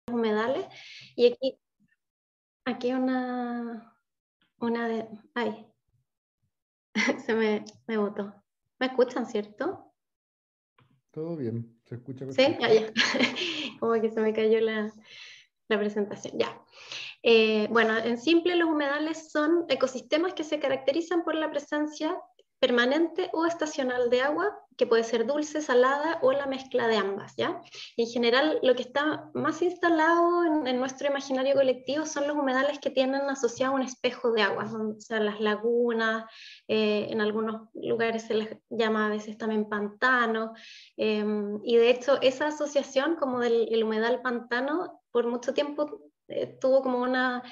humedales. Y aquí una de... Ay, se me botó. ¿Me escuchan, cierto? Todo bien, se escucha Sí, perfecto. ya. Como que se me cayó la presentación. Ya. Bueno, en simple, los humedales son ecosistemas que se caracterizan por la presencia permanente o estacional de agua, que puede ser dulce, salada o la mezcla de ambas, ¿ya? Y en general, lo que está más instalado en nuestro imaginario colectivo son los humedales que tienen asociado un espejo de agua, o sea, las lagunas, en algunos lugares se les llama a veces también pantano, y de hecho esa asociación como del humedal pantano por mucho tiempo tuvo como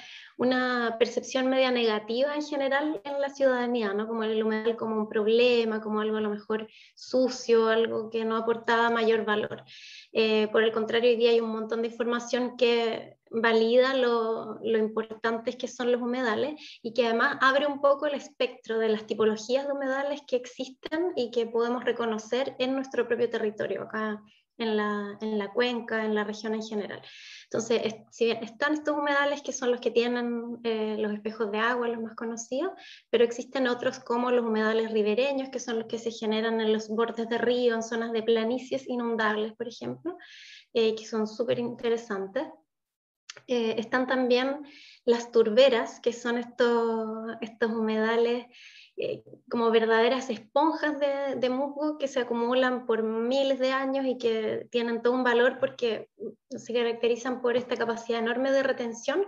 una percepción media negativa en general en la ciudadanía, ¿no? Como el humedal como un problema, como algo a lo mejor sucio, algo que no aportaba mayor valor. Por el contrario, hoy día hay un montón de información que valida lo importantes que son los humedales y que además abre un poco el espectro de las tipologías de humedales que existen y que podemos reconocer en nuestro propio territorio, acá en la cuenca, en la región en general. Entonces, si bien están estos humedales que son los que tienen los espejos de agua, los más conocidos, pero existen otros como los humedales ribereños, que son los que se generan en los bordes de río, en zonas de planicies inundables, por ejemplo, que son súper interesantes. Están también las turberas, que son estos humedales como verdaderas esponjas de musgo que se acumulan por miles de años y que tienen todo un valor porque se caracterizan por esta capacidad enorme de retención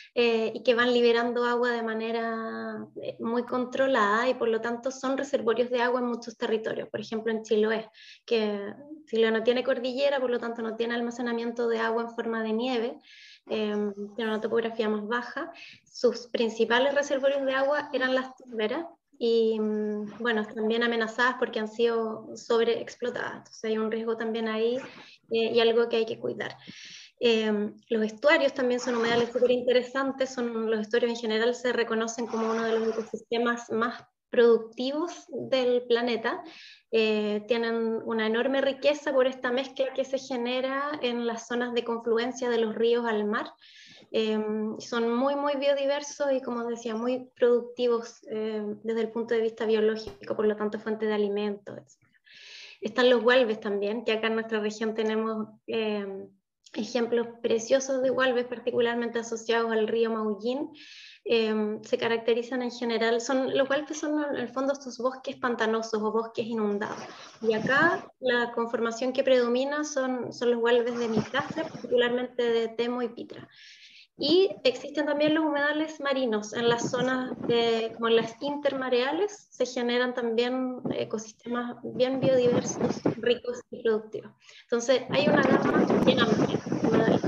y que van liberando agua de manera muy controlada y por lo tanto son reservorios de agua en muchos territorios. Por ejemplo, en Chiloé, que Chiloé no tiene cordillera, por lo tanto no tiene almacenamiento de agua en forma de nieve, tiene una topografía más baja. Sus principales reservorios de agua eran las turberas y bueno, también amenazadas porque han sido sobreexplotadas. Entonces hay un riesgo también ahí y algo que hay que cuidar. Los estuarios también son humedales súper interesantes, los estuarios en general se reconocen como uno de los ecosistemas más productivos del planeta, tienen una enorme riqueza por esta mezcla que se genera en las zonas de confluencia de los ríos al mar, son muy, muy biodiversos y como decía, muy productivos desde el punto de vista biológico, por lo tanto fuente de alimentos, etc. Están los gualbes también, que acá en nuestra región tenemos ejemplos preciosos de gualbes, particularmente asociados al río Maullín. Se caracterizan en general, los gualbes son en el fondo estos bosques pantanosos o bosques inundados. Y acá la conformación que predomina son los gualbes de micrácea, particularmente de Temo y Pitra. Y existen también los humedales marinos en las zonas como en las intermareales, se generan también ecosistemas bien biodiversos, ricos y productivos. Entonces hay una gama bien amplia de humedales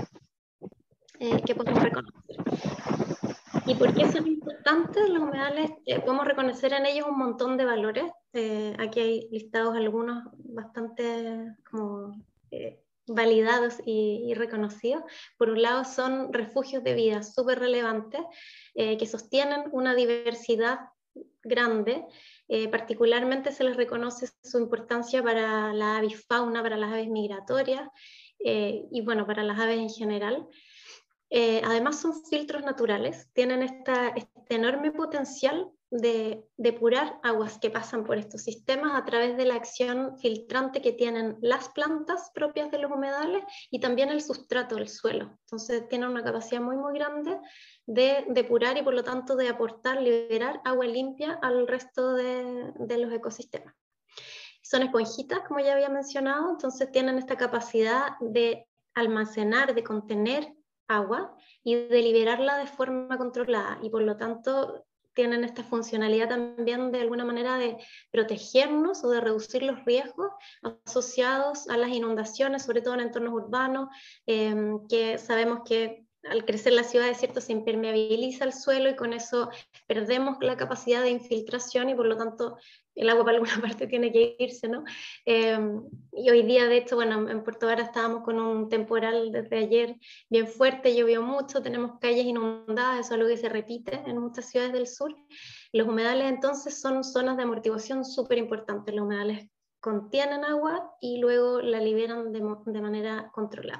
que podemos reconocer. ¿Y por qué son importantes los humedales? Podemos reconocer en ellos un montón de valores. Aquí hay listados algunos bastante como validados y reconocidos. Por un lado son refugios de vida súper relevantes que sostienen una diversidad grande. Particularmente se les reconoce su importancia para la avifauna, para las aves migratorias y bueno, para las aves en general. Además son filtros naturales, tienen este enorme potencial de depurar aguas que pasan por estos sistemas a través de la acción filtrante que tienen las plantas propias de los humedales y también el sustrato del suelo. Entonces tienen una capacidad muy, muy grande de depurar y por lo tanto de aportar, liberar agua limpia al resto de los ecosistemas. Son esponjitas, como ya había mencionado, entonces tienen esta capacidad de almacenar, de contener agua y de liberarla de forma controlada y por lo tanto tienen esta funcionalidad también de alguna manera de protegernos o de reducir los riesgos asociados a las inundaciones, sobre todo en entornos urbanos, que sabemos que al crecer la ciudad, ¿cierto?, se impermeabiliza el suelo y con eso perdemos la capacidad de infiltración y por lo tanto el agua para alguna parte tiene que irse, ¿no? Y hoy día, de hecho, bueno, en Puerto Vara estábamos con un temporal desde ayer bien fuerte, llovió mucho, tenemos calles inundadas, eso es algo que se repite en muchas ciudades del sur. Los humedales entonces son zonas de amortiguación súper importantes, los humedales contienen agua y luego la liberan de manera controlada.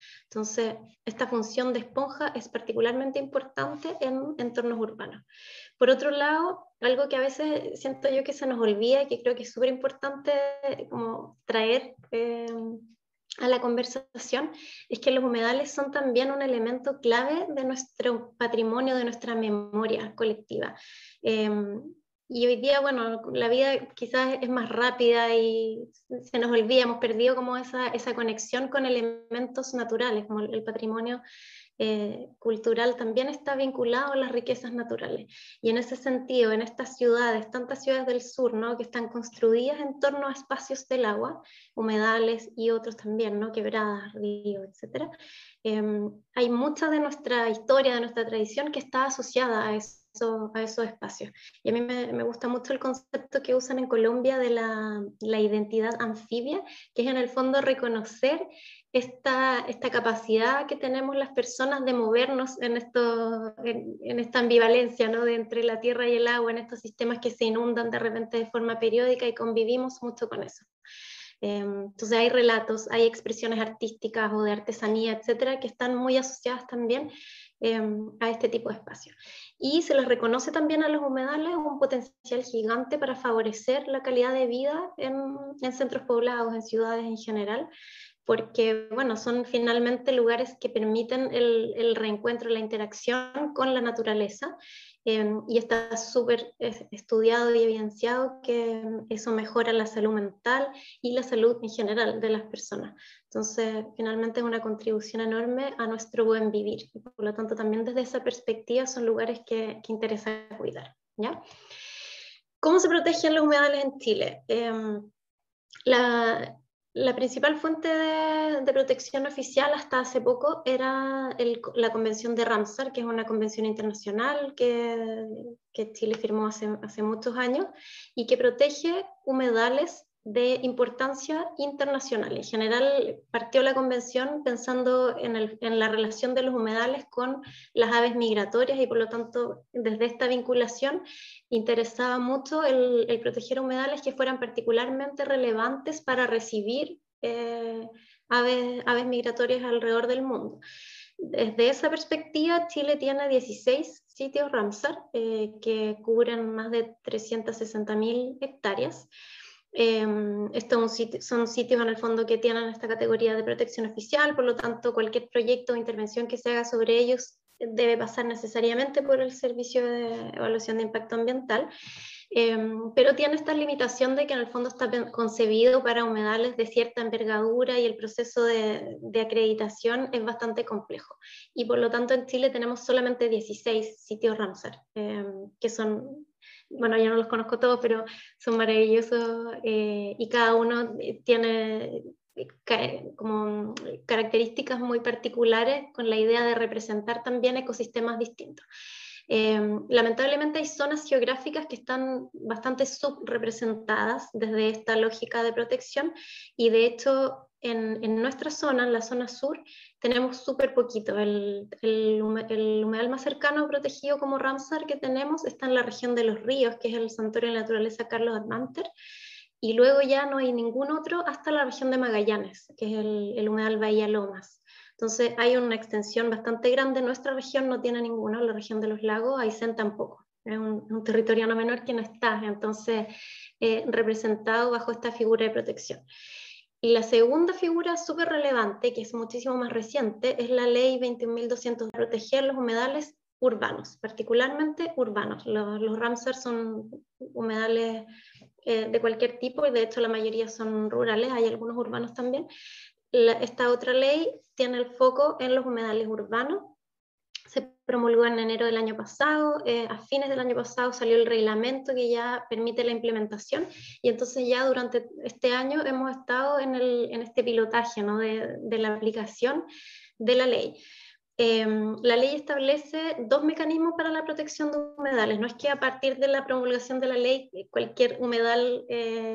Entonces, esta función de esponja es particularmente importante en entornos urbanos. Por otro lado, algo que a veces siento yo que se nos olvida y que creo que es súper importante como traer a la conversación, es que los humedales son también un elemento clave de nuestro patrimonio, de nuestra memoria colectiva. Y hoy día, bueno, la vida quizás es más rápida y se nos olvida, hemos perdido como esa conexión con elementos naturales, como el patrimonio cultural también está vinculado a las riquezas naturales. Y en ese sentido, en estas ciudades, tantas ciudades del sur, ¿no?, que están construidas en torno a espacios del agua, humedales y otros también, ¿no?, quebradas, ríos, etc. Hay mucha de nuestra historia, de nuestra tradición que está asociada a esos espacios. Y a mí me gusta mucho el concepto que usan en Colombia de la identidad anfibia, que es en el fondo reconocer esta capacidad que tenemos las personas de movernos en esta ambivalencia, ¿no?, de entre la tierra y el agua, en estos sistemas que se inundan de repente de forma periódica, y convivimos mucho con eso. Entonces hay relatos, hay expresiones artísticas o de artesanía, etcétera, que están muy asociadas también a este tipo de espacios. Y se les reconoce también a los humedales un potencial gigante para favorecer la calidad de vida en centros poblados, en ciudades en general, porque bueno, son finalmente lugares que permiten el reencuentro, la interacción con la naturaleza, y está súper estudiado y evidenciado que eso mejora la salud mental y la salud en general de las personas. Entonces, finalmente es una contribución enorme a nuestro buen vivir, y por lo tanto también desde esa perspectiva son lugares que interesa cuidar, ¿ya? ¿Cómo se protegen los humedales en Chile? La principal fuente de protección oficial hasta hace poco era la Convención de Ramsar, que es una convención internacional que Chile firmó hace muchos años y que protege humedales de importancia internacional. En general, partió la convención pensando en la relación de los humedales con las aves migratorias, y por lo tanto, desde esta vinculación, interesaba mucho el proteger humedales que fueran particularmente relevantes para recibir aves migratorias alrededor del mundo. Desde esa perspectiva, Chile tiene 16 sitios Ramsar que cubren más de 360.000 hectáreas. Estos son sitios en el fondo que tienen esta categoría de protección oficial, por lo tanto cualquier proyecto o intervención que se haga sobre ellos debe pasar necesariamente por el Servicio de Evaluación de Impacto Ambiental, pero tiene esta limitación de que en el fondo está concebido para humedales de cierta envergadura y el proceso de acreditación es bastante complejo. Y por lo tanto en Chile tenemos solamente 16 sitios Ramsar, que son, bueno, yo no los conozco todos, pero son maravillosos, y cada uno tiene como características muy particulares con la idea de representar también ecosistemas distintos. Lamentablemente hay zonas geográficas que están bastante subrepresentadas desde esta lógica de protección, y de hecho en nuestra zona, en la zona sur, tenemos súper poquito. El humedal más cercano protegido como Ramsar que tenemos está en la región de Los Ríos, que es el Santuario de la Naturaleza Carlos Armanter, y luego ya no hay ningún otro hasta la región de Magallanes, que es el humedal Bahía Lomas. Entonces hay una extensión bastante grande. Nuestra región no tiene ninguno, la región de los lagos, Aysén tampoco. Es un territorio no menor que no está, entonces representado bajo esta figura de protección. Y la segunda figura súper relevante, que es muchísimo más reciente, es la ley 21.200 de proteger los humedales urbanos, particularmente urbanos. Los Ramsar son humedales de cualquier tipo, y de hecho la mayoría son rurales, hay algunos urbanos también. Esta otra ley tiene el foco en los humedales urbanos. Se promulgó en enero del año pasado, a fines del año pasado salió el reglamento que ya permite la implementación, y entonces ya durante este año hemos estado en este pilotaje, ¿no?, de la aplicación de la ley. La ley establece dos mecanismos para la protección de humedales. No es que a partir de la promulgación de la ley cualquier humedal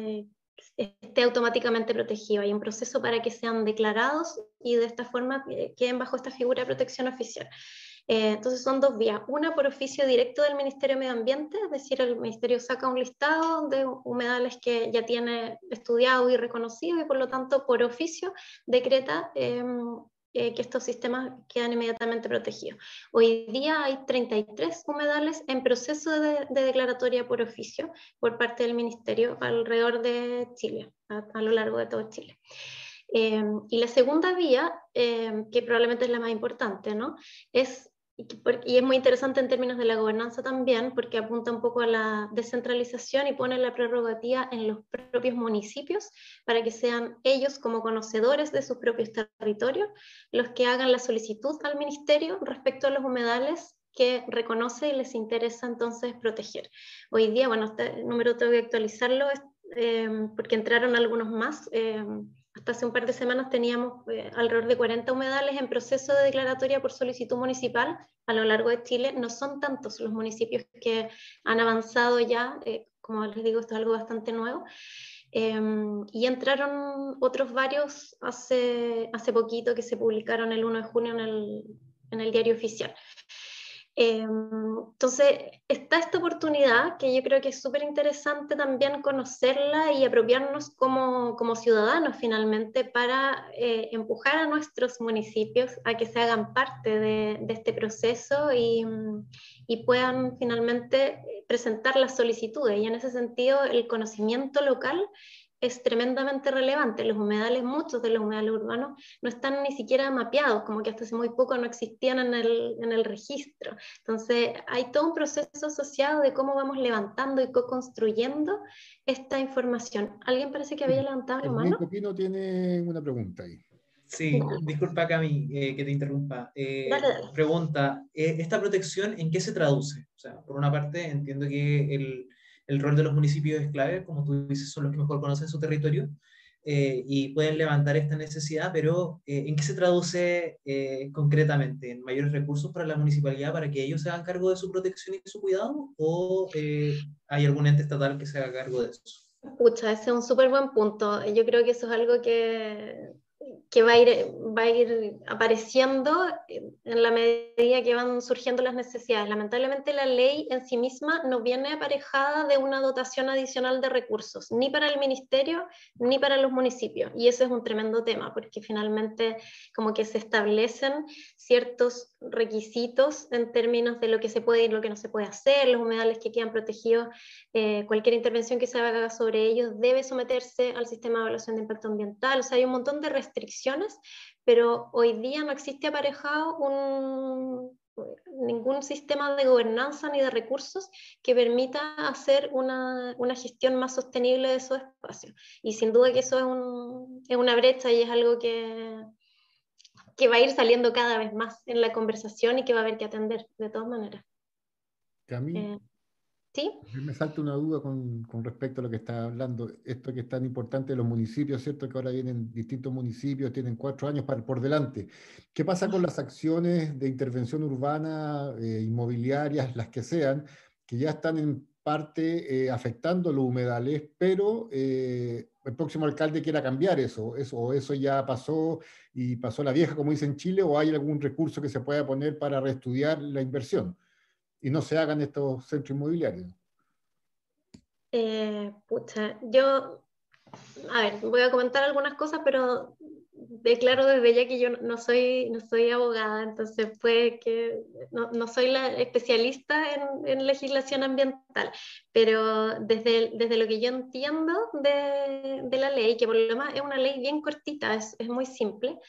esté automáticamente protegido. Hay un proceso para que sean declarados y de esta forma queden bajo esta figura de protección oficial. Entonces son dos vías: una por oficio directo del Ministerio de Medio Ambiente, es decir, el Ministerio saca un listado de humedales que ya tiene estudiado y reconocido, y por lo tanto por oficio decreta que estos sistemas quedan inmediatamente protegidos. Hoy día hay 33 humedales en proceso de declaratoria por oficio por parte del Ministerio alrededor de Chile, a lo largo de todo Chile. Y la segunda vía, que probablemente es la más importante, ¿no? Y es muy interesante en términos de la gobernanza también, porque apunta un poco a la descentralización y pone la prerrogativa en los propios municipios para que sean ellos, como conocedores de sus propios territorios, los que hagan la solicitud al ministerio respecto a los humedales que reconoce y les interesa entonces proteger. Hoy día, bueno, este número tengo que actualizarlo, porque entraron algunos más. Hasta hace un par de semanas teníamos alrededor de 40 humedales en proceso de declaratoria por solicitud municipal a lo largo de Chile. No son tantos los municipios que han avanzado ya, como les digo, esto es algo bastante nuevo. Y entraron otros varios hace poquito, que se publicaron el 1 de junio en el diario oficial. Entonces, está esta oportunidad que yo creo que es súper interesante también conocerla y apropiarnos como ciudadanos finalmente para empujar a nuestros municipios a que se hagan parte de este proceso y puedan finalmente presentar las solicitudes. Y en ese sentido, el conocimiento local es tremendamente relevante. Los humedales, muchos de los humedales urbanos, no están ni siquiera mapeados, como que hasta hace muy poco no existían en el registro. Entonces, hay todo un proceso asociado de cómo vamos levantando y co-construyendo esta información. ¿Alguien parece que había levantado la mano? Copino tiene una pregunta ahí. Sí, Dale. disculpa Cami, que te interrumpa. Dale. Pregunta, ¿esta protección en qué se traduce? O sea, por una parte entiendo que el rol de los municipios es clave, como tú dices, son los que mejor conocen su territorio y pueden levantar esta necesidad, pero ¿en qué se traduce concretamente? ¿En mayores recursos para la municipalidad para que ellos se hagan cargo de su protección y su cuidado? ¿O hay algún ente estatal que se haga cargo de eso? Pucha, ese es un súper buen punto. Yo creo que eso es algo que va a ir apareciendo en la medida que van surgiendo las necesidades. Lamentablemente la ley en sí misma no viene aparejada de una dotación adicional de recursos, ni para el ministerio ni para los municipios. Y ese es un tremendo tema, porque finalmente como que se establecen ciertos requisitos en términos de lo que se puede y lo que no se puede hacer, los humedales que quedan protegidos, cualquier intervención que se haga sobre ellos debe someterse al sistema de evaluación de impacto ambiental. O sea, hay un montón de restricciones, pero hoy día no existe aparejado ningún sistema de gobernanza ni de recursos que permita hacer una gestión más sostenible de esos espacios. Y sin duda que eso es una brecha y es algo que va a ir saliendo cada vez más en la conversación y que va a haber que atender de todas maneras. Cami, ¿Sí? me salta una duda con respecto a lo que está hablando. Esto que es tan importante de los municipios, ¿cierto? Que ahora vienen distintos municipios, tienen 4 años por delante. ¿Qué pasa con las acciones de intervención urbana, inmobiliarias, las que sean, que ya están en parte afectando los humedales, pero el próximo alcalde quiera cambiar eso ya pasó y pasó la vieja, como dice en Chile, o hay algún recurso que se pueda poner para reestudiar la inversión y no se hagan estos centros inmobiliarios? Pucha, a ver, voy a comentar algunas cosas, pero declaro desde ya que yo no soy abogada, entonces puede que no soy la especialista en legislación ambiental, pero desde lo que yo entiendo de la ley, que por lo demás es una ley bien cortita, es muy simple,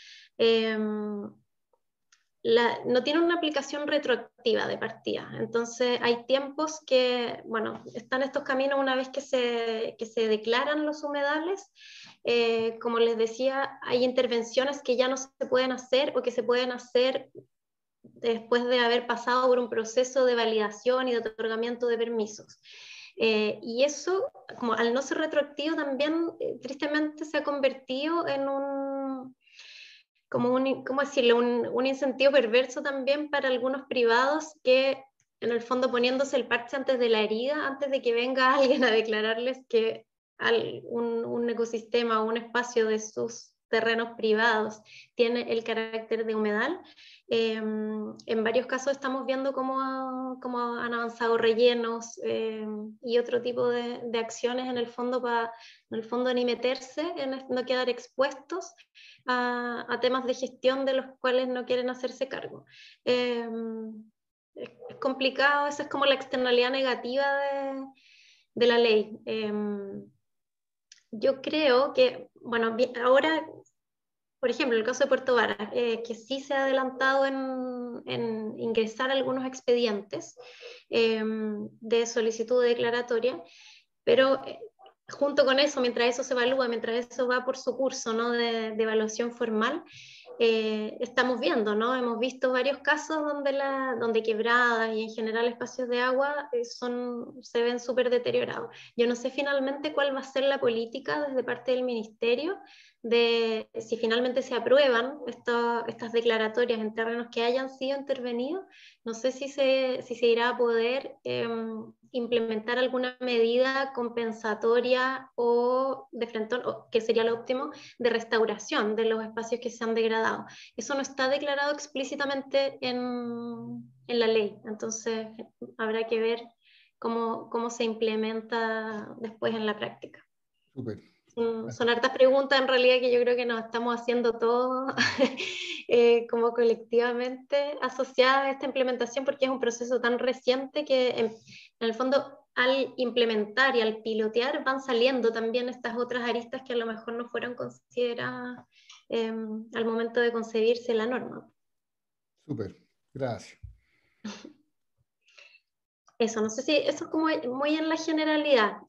no tiene una aplicación retroactiva de partida. Entonces hay tiempos que, bueno, están estos caminos una vez que se declaran los humedales. Como les decía, hay intervenciones que ya no se pueden hacer o que se pueden hacer después de haber pasado por un proceso de validación y de otorgamiento de permisos. Y eso, como al no ser retroactivo, también tristemente se ha convertido en ¿cómo decirlo? Un incentivo perverso también para algunos privados que, en el fondo, poniéndose el parche antes de la herida, antes de que venga alguien a declararles que un ecosistema o un espacio de sus terrenos privados tiene el carácter de humedal. En varios casos estamos viendo cómo han avanzado rellenos y otro tipo de acciones en el fondo para ni meterse, no quedar expuestos a temas de gestión de los cuales no quieren hacerse cargo. Es complicado, esa es como la externalidad negativa de la ley. Yo creo que, bueno, ahora, por ejemplo, el caso de Puerto Varas, que sí se ha adelantado en ingresar algunos expedientes de solicitud de declaratoria, pero junto con eso, mientras eso se evalúa, mientras eso va por su curso, ¿no?, de evaluación formal, estamos viendo, ¿no? Hemos visto varios casos donde quebradas y en general espacios de agua se ven súper deteriorados. Yo no sé finalmente cuál va a ser la política desde parte del Ministerio de si finalmente se aprueban estas declaratorias en terrenos que hayan sido intervenidos. No sé si se irá a poder implementar alguna medida compensatoria o de frente, que sería lo óptimo, de restauración de los espacios que se han degradado. Eso no está declarado explícitamente en la ley, entonces habrá que ver cómo se implementa después en la práctica. Súper. Son hartas preguntas en realidad que yo creo que nos estamos haciendo todos como colectivamente asociadas a esta implementación, porque es un proceso tan reciente que en el fondo al implementar y al pilotear van saliendo también estas otras aristas que a lo mejor no fueron consideradas al momento de concebirse la norma. Súper, gracias. Eso, no sé si eso es como muy en la generalidad.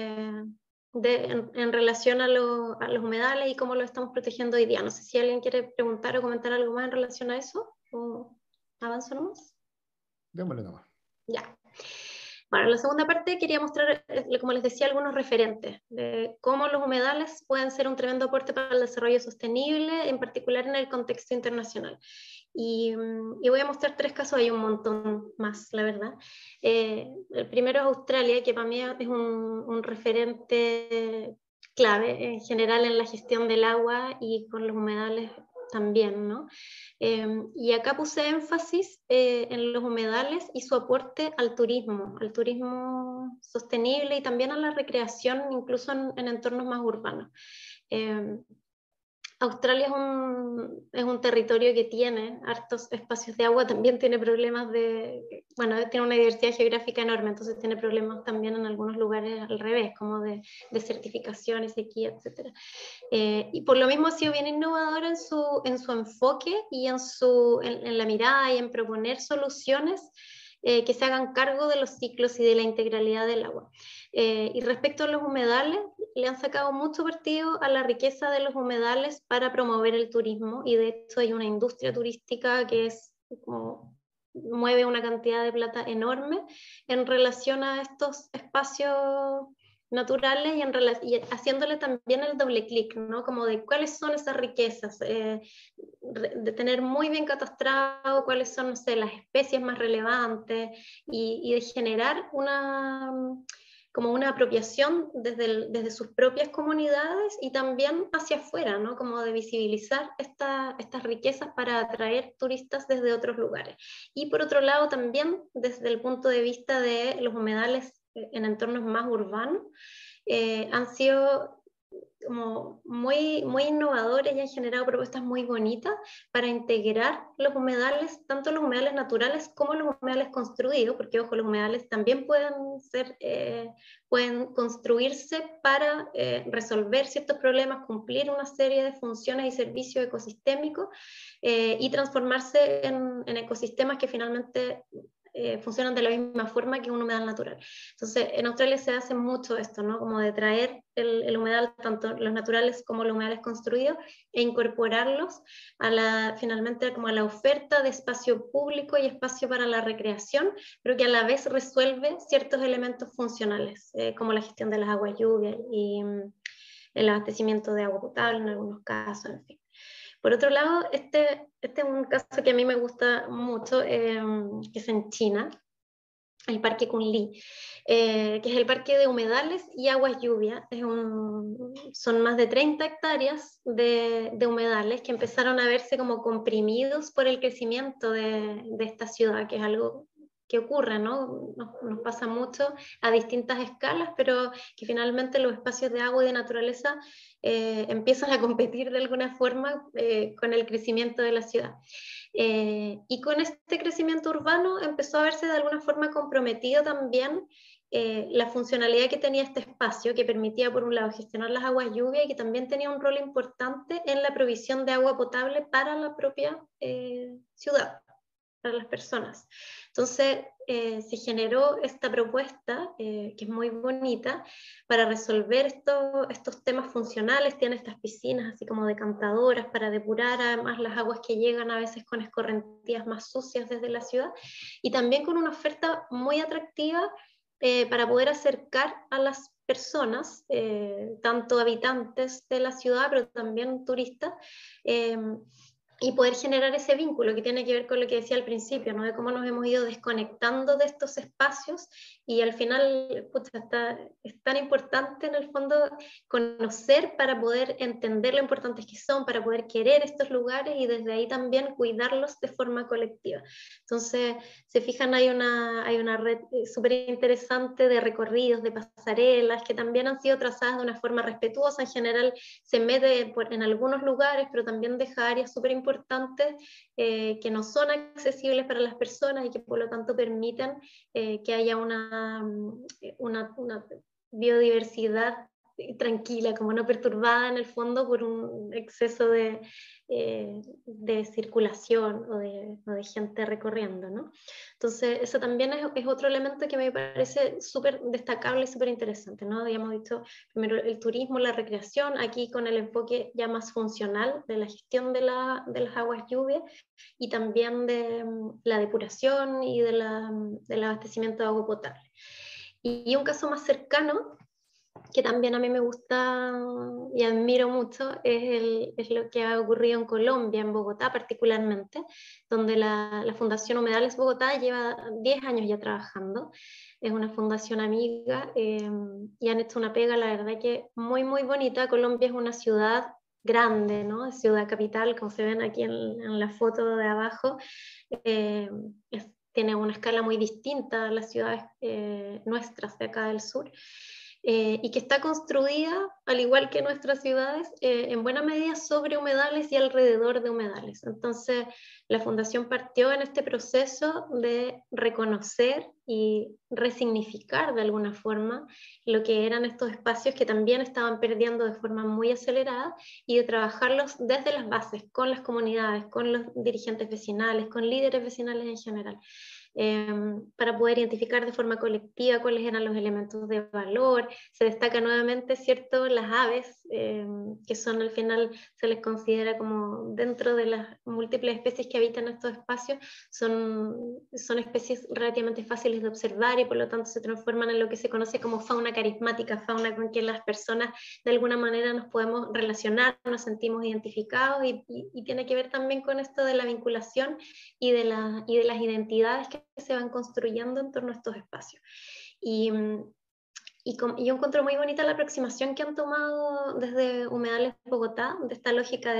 En relación a los humedales y cómo los estamos protegiendo hoy día. No sé si alguien quiere preguntar o comentar algo más en relación a eso, o avanzo nomás. Démosle nomás. Ya. Bueno, en la segunda parte quería mostrar, como les decía, algunos referentes de cómo los humedales pueden ser un tremendo aporte para el desarrollo sostenible, en particular en el contexto internacional. Y voy a mostrar 3 casos, hay un montón más, la verdad. El primero es Australia, que para mí es un referente clave en general en la gestión del agua y con los humedales también, ¿no? Y acá puse énfasis en los humedales y su aporte al turismo sostenible y también a la recreación, incluso en entornos más urbanos. Australia es un territorio que tiene hartos espacios de agua, también tiene problemas tiene una diversidad geográfica enorme, entonces tiene problemas también en algunos lugares al revés, como de desertificación, sequía, etc. Y por lo mismo ha sido bien innovador en su enfoque y en la mirada y en proponer soluciones que se hagan cargo de los ciclos y de la integralidad del agua. Y respecto a los humedales, le han sacado mucho partido a la riqueza de los humedales para promover el turismo, y de hecho hay una industria turística que mueve una cantidad de plata enorme en relación a estos espacios naturales y haciéndole también el doble clic, ¿no? Como de cuáles son esas riquezas, de tener muy bien catastrado cuáles son, no sé, las especies más relevantes y de generar como una apropiación desde sus propias comunidades y también hacia afuera, ¿no? Como de visibilizar estas riquezas para atraer turistas desde otros lugares. Y por otro lado también desde el punto de vista de los humedales en entornos más urbanos, han sido como muy, muy innovadores y han generado propuestas muy bonitas para integrar los humedales, tanto los humedales naturales como los humedales construidos, porque ojo, los humedales también pueden construirse para resolver ciertos problemas, cumplir una serie de funciones y servicios ecosistémicos y transformarse en ecosistemas que finalmente funcionan de la misma forma que un humedal natural. Entonces, en Australia se hace mucho esto, ¿no? Como de traer el humedal, tanto los naturales como los humedales construidos, e incorporarlos finalmente como a la oferta de espacio público y espacio para la recreación, pero que a la vez resuelve ciertos elementos funcionales, como la gestión de las aguas lluvias y el abastecimiento de agua potable en algunos casos, en fin. Por otro lado, este es un caso que a mí me gusta mucho, que es en China. el Parque Kunli, que es el parque de humedales y aguas lluvia. Son más de 30 hectáreas de humedales que empezaron a verse como comprimidos por el crecimiento de esta ciudad, que es algo que ocurre, ¿no? Nos pasa mucho a distintas escalas, pero que finalmente los espacios de agua y de naturaleza empiezan a competir de alguna forma con el crecimiento de la ciudad. Y con este crecimiento urbano empezó a verse de alguna forma comprometido también la funcionalidad que tenía este espacio, que permitía por un lado gestionar las aguas lluvia y que también tenía un rol importante en la provisión de agua potable para la propia ciudad, para las personas. Entonces se generó esta propuesta, que es muy bonita, para resolver estos temas funcionales. Tiene estas piscinas así como decantadoras para depurar además las aguas que llegan a veces con escorrentías más sucias desde la ciudad, y también con una oferta muy atractiva para poder acercar a las personas, tanto habitantes de la ciudad, pero también turistas, y poder generar ese vínculo que tiene que ver con lo que decía al principio, ¿no? De cómo nos hemos ido desconectando de estos espacios, y al final es tan importante en el fondo conocer para poder entender lo importantes que son, para poder querer estos lugares y desde ahí también cuidarlos de forma colectiva. Entonces, se fijan, hay una red súper interesante de recorridos, de pasarelas, que también han sido trazadas de una forma respetuosa. En general se mete en algunos lugares, pero también deja áreas súper importantes que no son accesibles para las personas y que por lo tanto permiten que haya una biodiversidad tranquila, como no perturbada en el fondo por un exceso de circulación o de gente recorriendo, ¿no? Entonces, eso también es otro elemento que me parece súper destacable y súper interesante, ¿no? Habíamos dicho primero el turismo, la recreación, aquí con el enfoque ya más funcional de la gestión de las aguas lluvias y también de la depuración y del abastecimiento de agua potable. Y un caso más cercano, que también a mí me gusta y admiro mucho, es lo que ha ocurrido en Colombia, en Bogotá particularmente, donde la Fundación Humedales Bogotá lleva 10 años ya trabajando. Es una fundación amiga y han hecho una pega, la verdad que muy, muy bonita. Colombia es una ciudad grande, ¿no? Ciudad capital, como se ven aquí en la foto de abajo. Tiene una escala muy distinta a las ciudades nuestras de acá del sur. Y que está construida, al igual que nuestras ciudades, en buena medida sobre humedales y alrededor de humedales. Entonces, la Fundación partió en este proceso de reconocer y resignificar de alguna forma lo que eran estos espacios que también estaban perdiendo de forma muy acelerada, y de trabajarlos desde las bases, con las comunidades, con los dirigentes vecinales, con líderes vecinales en general. Para poder identificar de forma colectiva cuáles eran los elementos de valor. Se destaca nuevamente, ¿cierto?, las aves, que son al final, se les considera como dentro de las múltiples especies que habitan estos espacios, son especies relativamente fáciles de observar y por lo tanto se transforman en lo que se conoce como fauna carismática, fauna con que las personas de alguna manera nos podemos relacionar, nos sentimos identificados, y tiene que ver también con esto de la vinculación y de las identidades que se van construyendo en torno a estos espacios. Y yo encuentro muy bonita la aproximación que han tomado desde Humedales Bogotá, de esta lógica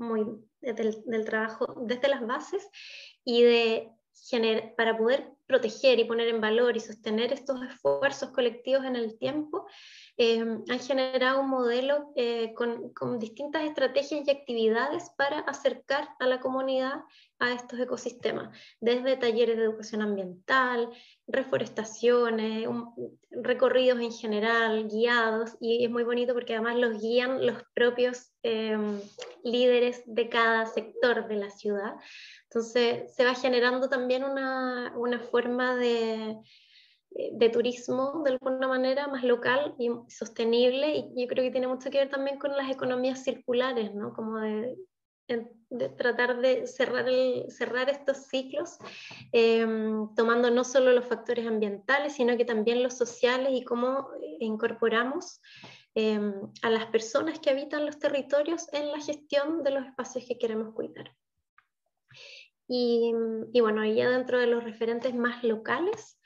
del trabajo desde las bases y para poder proteger y poner en valor y sostener estos esfuerzos colectivos en el tiempo. Han generado un modelo con distintas estrategias y actividades para acercar a la comunidad a estos ecosistemas, desde talleres de educación ambiental, reforestaciones, recorridos en general, guiados, y es muy bonito porque además los guían los propios líderes de cada sector de la ciudad. Entonces se va generando también una forma de turismo de alguna manera más local y sostenible, y yo creo que tiene mucho que ver también con las economías circulares, ¿no? Como de tratar de cerrar estos ciclos, tomando no solo los factores ambientales, sino que también los sociales, y cómo incorporamos a las personas que habitan los territorios en la gestión de los espacios que queremos cuidar. Y bueno, ya dentro de los referentes más locales,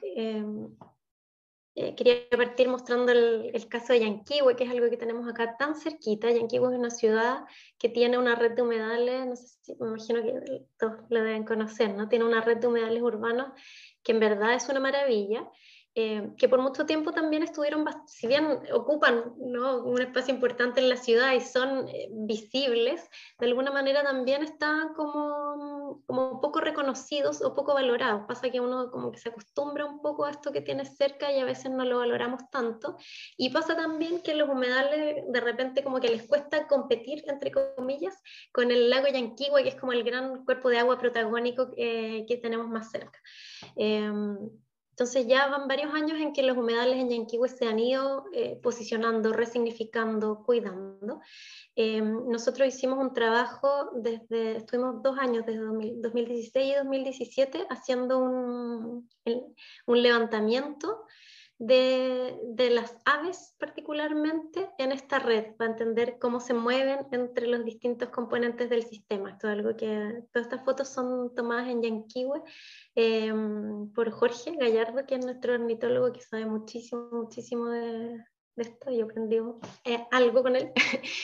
quería partir mostrando el caso de Yanquihue, que es algo que tenemos acá tan cerquita. Yanquihue es una ciudad que tiene una red de humedales, no sé si, me imagino que todos lo deben conocer, ¿no? Tiene una red de humedales urbanos que en verdad es una maravilla, que por mucho tiempo también estuvieron, si bien ocupan, ¿no?, un espacio importante en la ciudad y son visibles, de alguna manera también están como poco reconocidos o poco valorados. Pasa que uno como que se acostumbra un poco a esto que tiene cerca y a veces no lo valoramos tanto. Y pasa también que los humedales de repente como que les cuesta competir, entre comillas, con el lago Yanquihue, que es como el gran cuerpo de agua protagónico que tenemos más cerca. Entonces ya van varios años en que los humedales en Yanquihue se han ido posicionando, resignificando, cuidando. Nosotros hicimos un trabajo, estuvimos 2 años, desde 2016 y 2017, haciendo un levantamiento de las aves particularmente en esta red, para entender cómo se mueven entre los distintos componentes del sistema. Esto es algo que, todas estas fotos son tomadas en Yanquihue por Jorge Gallardo, que es nuestro ornitólogo que sabe muchísimo, muchísimo de esto. Yo aprendí algo con él.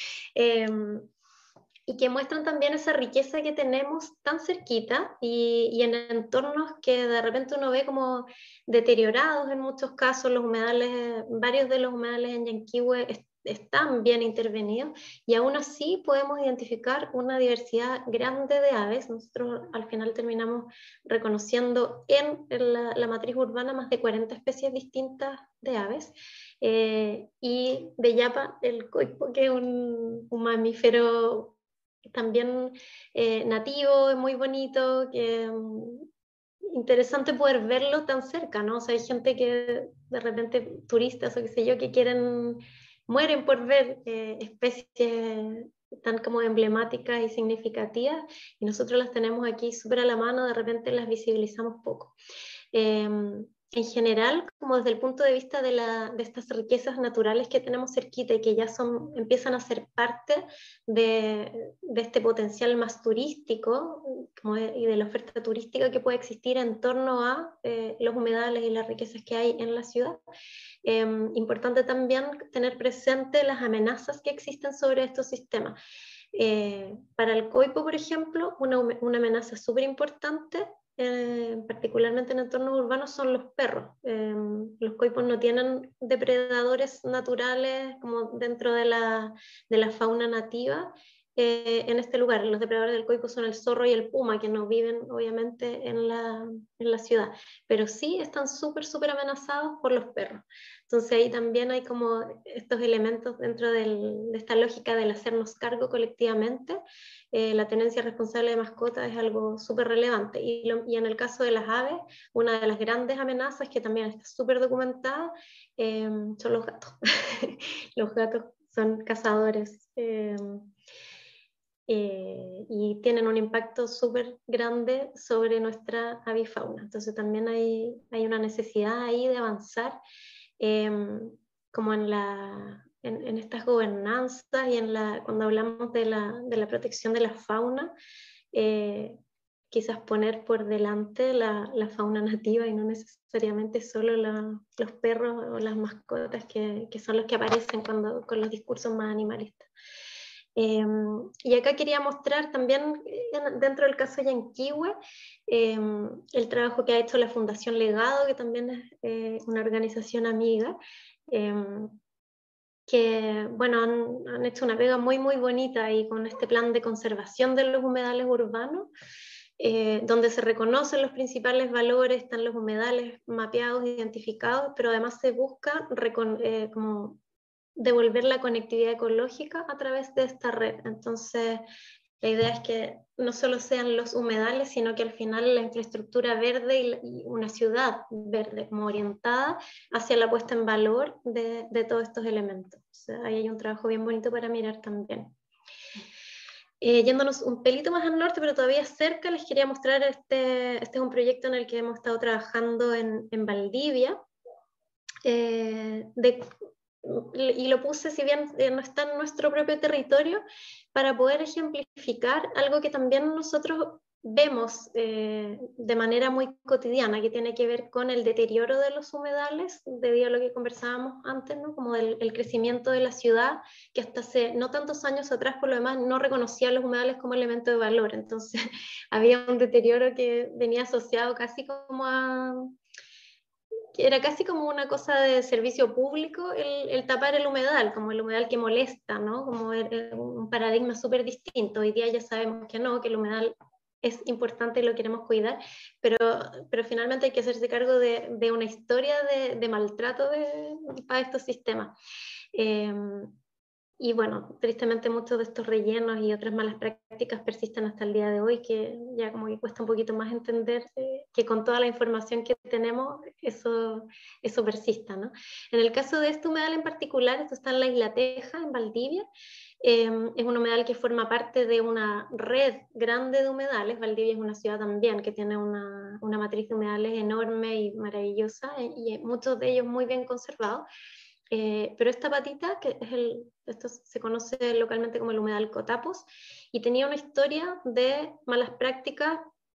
Y que muestran también esa riqueza que tenemos tan cerquita y en entornos que de repente uno ve como deteriorados en muchos casos. Los humedales, varios de los humedales en Yanquihue están bien intervenidos y aún así podemos identificar una diversidad grande de aves. Nosotros al final terminamos reconociendo en la matriz urbana más de 40 especies distintas de aves. Y de Yapa, el coipo, que es un mamífero también nativo, es muy bonito, que interesante poder verlo tan cerca, ¿no? O sea, hay gente que de repente, turistas o qué sé yo, que mueren por ver especies tan como emblemáticas y significativas, y nosotros las tenemos aquí súper a la mano, de repente las visibilizamos poco. En general, como desde el punto de vista de estas riquezas naturales que tenemos cerquita y que ya empiezan a ser parte de este potencial más turístico y de la oferta turística que puede existir en torno a los humedales y las riquezas que hay en la ciudad. Importante también tener presente las amenazas que existen sobre estos sistemas. Para el coipo, por ejemplo, una amenaza súper importante, particularmente en entornos urbanos, son los perros. Los coipos no tienen depredadores naturales como dentro de la fauna nativa. En este lugar, los depredadores del coipo son el zorro y el puma, que no viven obviamente en la ciudad, pero sí están súper amenazados por los perros. Entonces ahí también hay como estos elementos dentro de esta lógica del hacernos cargo colectivamente. La tenencia responsable de mascotas es algo súper relevante. Y en el caso de las aves, una de las grandes amenazas que también está súper documentada son los gatos. Los gatos son cazadores y tienen un impacto súper grande sobre nuestra avifauna. Entonces también hay una necesidad ahí de avanzar como en estas gobernanzas y cuando hablamos de la protección de la fauna, quizás poner por delante la fauna nativa y no necesariamente solo los perros o las mascotas que son los que aparecen con los discursos más animalistas. Y acá quería mostrar también, dentro del caso de Yanquihue, el trabajo que ha hecho la Fundación Legado, que también es una organización amiga, que bueno, han hecho una pega muy bonita ahí con este plan de conservación de los humedales urbanos, donde se reconocen los principales valores, están los humedales mapeados, identificados, pero además se busca como devolver la conectividad ecológica a través de esta red. Entonces, la idea es que no solo sean los humedales, sino que al final la infraestructura verde y una ciudad verde, como orientada hacia la puesta en valor de todos estos elementos. O sea, ahí hay un trabajo bien bonito para mirar también. Yéndonos un pelito más al norte, pero todavía cerca, les quería mostrar este es un proyecto en el que hemos estado trabajando en Valdivia, y lo puse, si bien no está en nuestro propio territorio, para poder ejemplificar algo que también nosotros vemos de manera muy cotidiana, que tiene que ver con el deterioro de los humedales, debido a lo que conversábamos antes, ¿no? Como el crecimiento de la ciudad, que hasta hace no tantos años atrás, por lo demás, no reconocía los humedales como elemento de valor. Entonces, había un deterioro que venía asociado casi como a... que era casi como una cosa de servicio público el tapar el humedal, como el humedal que molesta, ¿no? Como un paradigma súper distinto. Hoy día ya sabemos que no, que el humedal es importante y lo queremos cuidar, pero finalmente hay que hacerse cargo de una historia de maltrato para estos sistemas. Y bueno, tristemente muchos de estos rellenos y otras malas prácticas persisten hasta el día de hoy, que ya como que cuesta un poquito más entender que con toda la información que tenemos eso persista, ¿no? En el caso de este humedal en particular, esto está en la Isla Teja, en Valdivia. Es un humedal que forma parte de una red grande de humedales. Valdivia es una ciudad también que tiene una matriz de humedales enorme y maravillosa, y muchos de ellos muy bien conservados. Pero esta patita, que es esto se conoce localmente como el humedal Cotapos, y tenía una historia de malas prácticas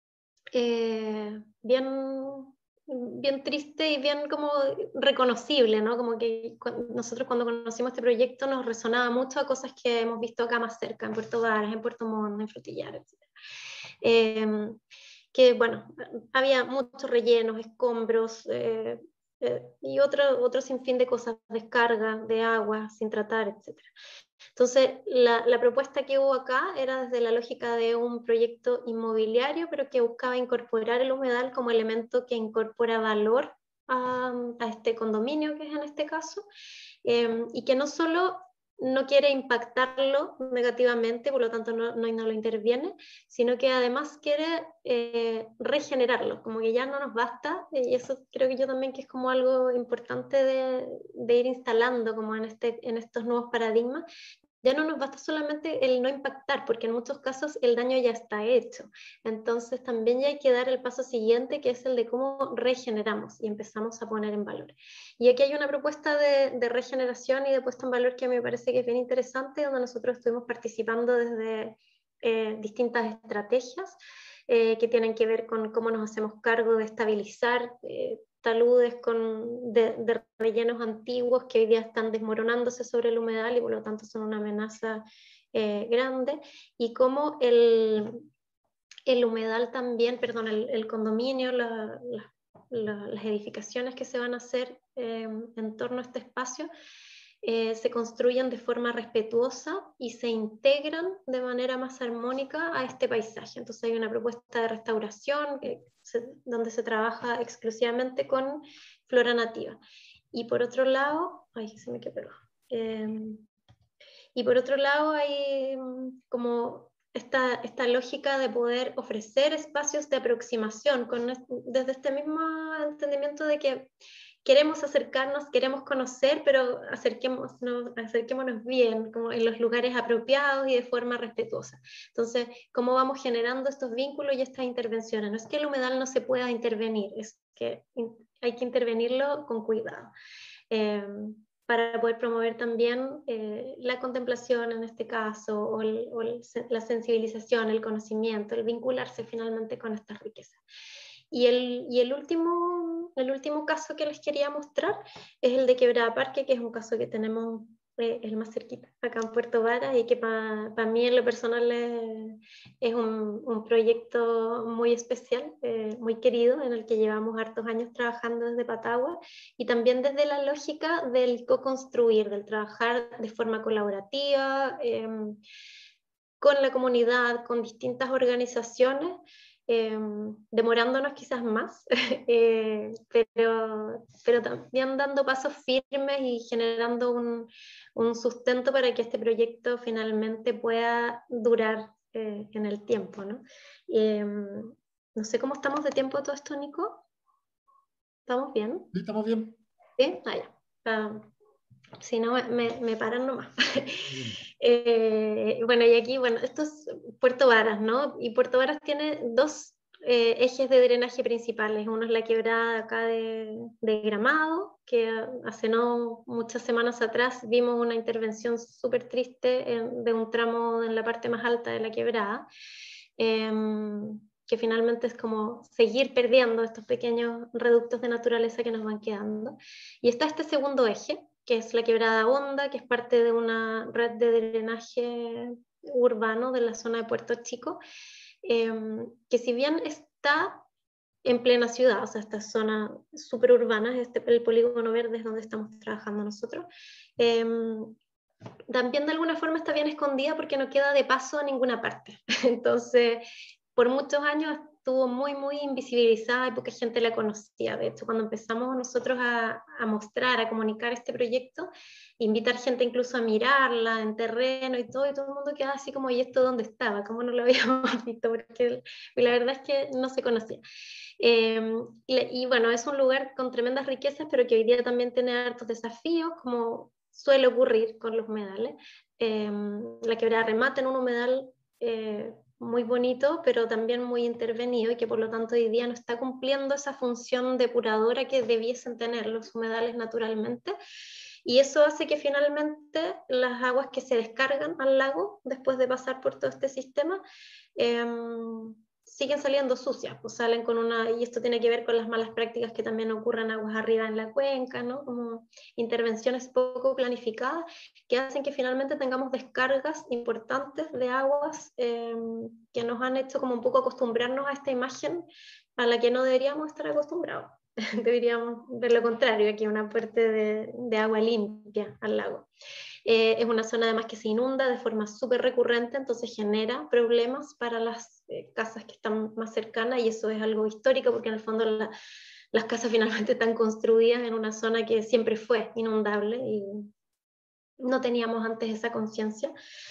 bien triste y bien como reconocible, ¿no? Como que nosotros cuando conocimos este proyecto nos resonaba mucho a cosas que hemos visto acá más cerca, en Puerto Varas, en Puerto Montt, en Frutillar, etc. Que bueno, había muchos rellenos, escombros, y otro sinfín de cosas, descarga de agua sin tratar, etc. Entonces, la propuesta que hubo acá era desde la lógica de un proyecto inmobiliario, pero que buscaba incorporar el humedal como elemento que incorpora valor a este condominio, que es en este caso, y que no solo no quiere impactarlo negativamente, por lo tanto no lo interviene, sino que además quiere regenerarlo, como que ya no nos basta, y eso creo que yo también que es como algo importante de ir instalando como en estos nuevos paradigmas. Ya no nos basta solamente el no impactar, porque en muchos casos el daño ya está hecho. Entonces también ya hay que dar el paso siguiente, que es el de cómo regeneramos y empezamos a poner en valor. Y aquí hay una propuesta de regeneración y de puesta en valor que me parece que es bien interesante, donde nosotros estuvimos participando desde distintas estrategias que tienen que ver con cómo nos hacemos cargo de estabilizar taludes de rellenos antiguos que hoy día están desmoronándose sobre el humedal y por lo tanto son una amenaza grande, y cómo el humedal también, perdón, el condominio, las edificaciones que se van a hacer en torno a este espacio se construyen de forma respetuosa y se integran de manera más armónica a este paisaje. Entonces hay una propuesta de restauración donde se trabaja exclusivamente con flora nativa. Y por otro lado, ay, se me quedó. Y por otro lado hay como esta lógica de poder ofrecer espacios de aproximación desde este mismo entendimiento de que queremos acercarnos, queremos conocer, pero acerquémonos bien, como en los lugares apropiados y de forma respetuosa. Entonces, ¿cómo vamos generando estos vínculos y estas intervenciones? No es que el humedal no se pueda intervenir, es que hay que intervenirlo con cuidado. Para poder promover también la contemplación en este caso, o la sensibilización, el conocimiento, el vincularse finalmente con estas riquezas. Y el último caso que les quería mostrar es el de Quebrada Parque, que es un caso que tenemos el más cerquita, acá en Puerto Varas, y que para mí en lo personal es un proyecto muy especial, muy querido, en el que llevamos hartos años trabajando desde Patagua, y también desde la lógica del co-construir, del trabajar de forma colaborativa, con la comunidad, con distintas organizaciones, demorándonos quizás más, pero también dando pasos firmes y generando un sustento para que este proyecto finalmente pueda durar en el tiempo, ¿no? No sé cómo estamos de tiempo todo esto, Nico. ¿Estamos bien? Sí, estamos bien. ¿Sí? Ya. Si no, me paran nomás. Bueno, y aquí, bueno, esto es Puerto Varas, ¿no? Y Puerto Varas tiene dos ejes de drenaje principales. Uno es la quebrada acá de Gramado, que hace no muchas semanas atrás vimos una intervención súper triste de un tramo en la parte más alta de la quebrada. que finalmente es como seguir perdiendo estos pequeños reductos de naturaleza que nos van quedando. Y está este segundo eje, que es la quebrada Honda, que es parte de una red de drenaje urbano de la zona de Puerto Chico, que si bien está en plena ciudad, o sea, esta zona súper urbana, el polígono verde es donde estamos trabajando nosotros, también de alguna forma está bien escondida porque no queda de paso a ninguna parte. Entonces, por muchos años estuvo muy, muy invisibilizada y poca gente la conocía. De hecho, cuando empezamos nosotros a mostrar, a comunicar este proyecto, invitar gente incluso a mirarla en terreno y todo el mundo quedaba así como, ¿y esto dónde estaba? ¿Cómo no lo habíamos visto? Porque la verdad es que no se conocía. Y bueno, es un lugar con tremendas riquezas, pero que hoy día también tiene hartos desafíos, como suele ocurrir con los humedales. La quebrada remata en un humedal muy bonito, pero también muy intervenido y que por lo tanto hoy día no está cumpliendo esa función depuradora que debiesen tener los humedales naturalmente. Y eso hace que finalmente las aguas que se descargan al lago después de pasar por todo este sistema siguen saliendo sucias, pues salen con y esto tiene que ver con las malas prácticas que también ocurren aguas arriba en la cuenca, ¿no? Como intervenciones poco planificadas que hacen que finalmente tengamos descargas importantes de aguas que nos han hecho como un poco acostumbrarnos a esta imagen a la que no deberíamos estar acostumbrados. Deberíamos ver lo contrario, aquí un aporte de agua limpia al lago. Es una zona además que se inunda de forma súper recurrente, entonces genera problemas para las casas que están más cercanas y eso es algo histórico porque en el fondo las casas finalmente están construidas en una zona que siempre fue inundable y no teníamos antes esa conciencia.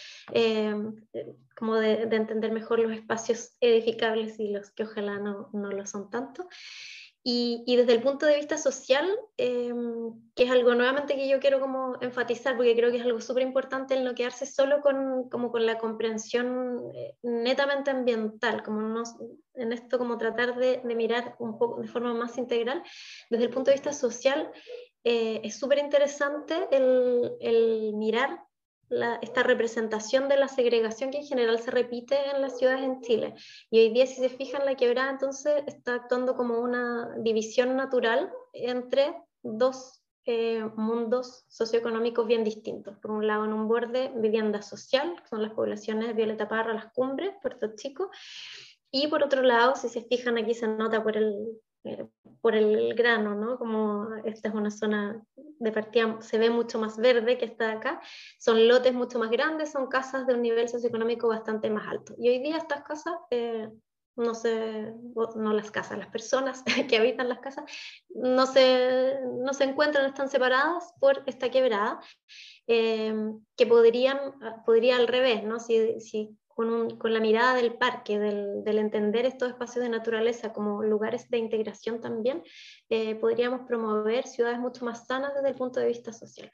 Como de entender mejor los espacios edificables y los que ojalá no lo son tanto. Y desde el punto de vista social, que es algo nuevamente que yo quiero como enfatizar, porque creo que es algo súper importante el no quedarse solo como con la comprensión netamente ambiental, como no, en esto como tratar de mirar un poco de forma más integral. Desde el punto de vista social, es súper interesante el mirar esta representación de la segregación que en general se repite en las ciudades en Chile. Y hoy día, si se fijan, la quebrada entonces está actuando como una división natural entre dos mundos socioeconómicos bien distintos. Por un lado, en un borde, vivienda social, que son las poblaciones de Violeta Parra, Las Cumbres, Puerto Chico, y por otro lado, si se fijan, aquí se nota por el grano, ¿no? Como esta es una zona de partida, se ve mucho más verde que esta de acá, son lotes mucho más grandes, son casas de un nivel socioeconómico bastante más alto. Y hoy día estas casas, no las casas, las personas que habitan las casas, no se encuentran, están separadas por esta quebrada, que podría al revés, ¿no? Si con la mirada del parque, del entender estos espacios de naturaleza como lugares de integración también, podríamos promover ciudades mucho más sanas desde el punto de vista social.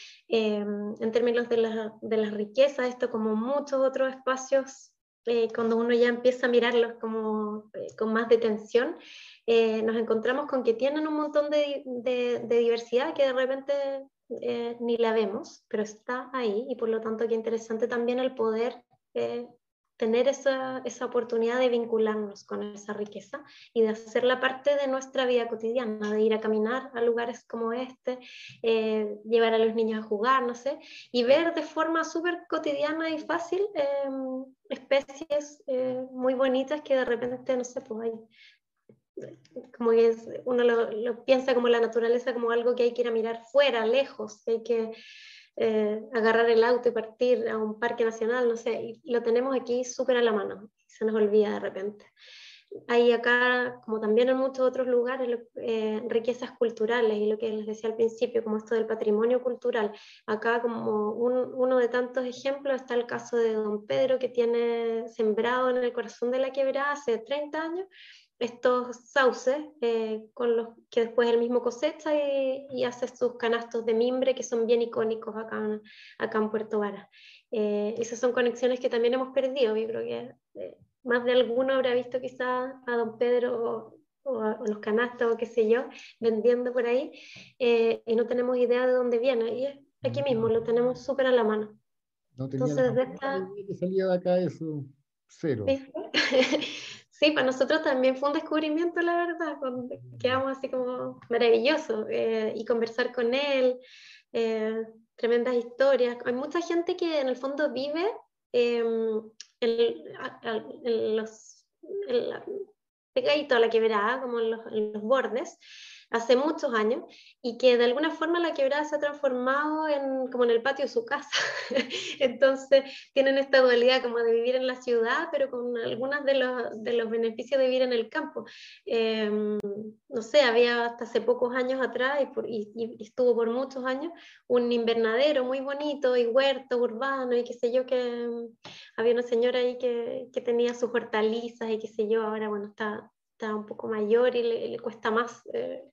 En términos de las riquezas, esto como muchos otros espacios, cuando uno ya empieza a mirarlos como, con más detención, nos encontramos con que tienen un montón de diversidad que de repente ni la vemos, pero está ahí y por lo tanto qué interesante también el poder tener esa oportunidad de vincularnos con esa riqueza y de hacerla parte de nuestra vida cotidiana, de ir a caminar a lugares como este, llevar a los niños a jugar, no sé, y ver de forma súper cotidiana y fácil especies muy bonitas que de repente, no sé, pues hay como que uno lo piensa como la naturaleza como algo que hay que ir a mirar fuera, lejos, que hay que agarrar el auto y partir a un parque nacional, no sé, y lo tenemos aquí súper a la mano, se nos olvida de repente. Hay acá, como también en muchos otros lugares, riquezas culturales, y lo que les decía al principio, como esto del patrimonio cultural. Acá como uno de tantos ejemplos está el caso de Don Pedro, que tiene sembrado en el corazón de la quebrada hace 30 años, estos sauces con los que después él mismo cosecha y hace sus canastos de mimbre que son bien icónicos acá en Puerto Vara. Esas son conexiones que también hemos perdido. Yo creo que más de alguno habrá visto quizás a Don Pedro o los canastos o qué sé yo, vendiendo por ahí, y no tenemos idea de dónde viene. Y aquí mismo lo tenemos súper a la mano. No tenía Entonces, la idea que salía de acá eso, cero. Sí, para nosotros también fue un descubrimiento, la verdad, quedamos así como maravilloso, y conversar con él, tremendas historias. Hay mucha gente que en el fondo vive en la, pegadito a la quebrada, como en los bordes, hace muchos años, y que de alguna forma la quebrada se ha transformado como en el patio de su casa. Entonces tienen esta dualidad como de vivir en la ciudad, pero con algunos de los beneficios de vivir en el campo. No sé, había hasta hace pocos años atrás, y estuvo por muchos años, un invernadero muy bonito y huerto urbano y qué sé yo, que había una señora ahí que tenía sus hortalizas y qué sé yo, ahora bueno, está un poco mayor y le cuesta más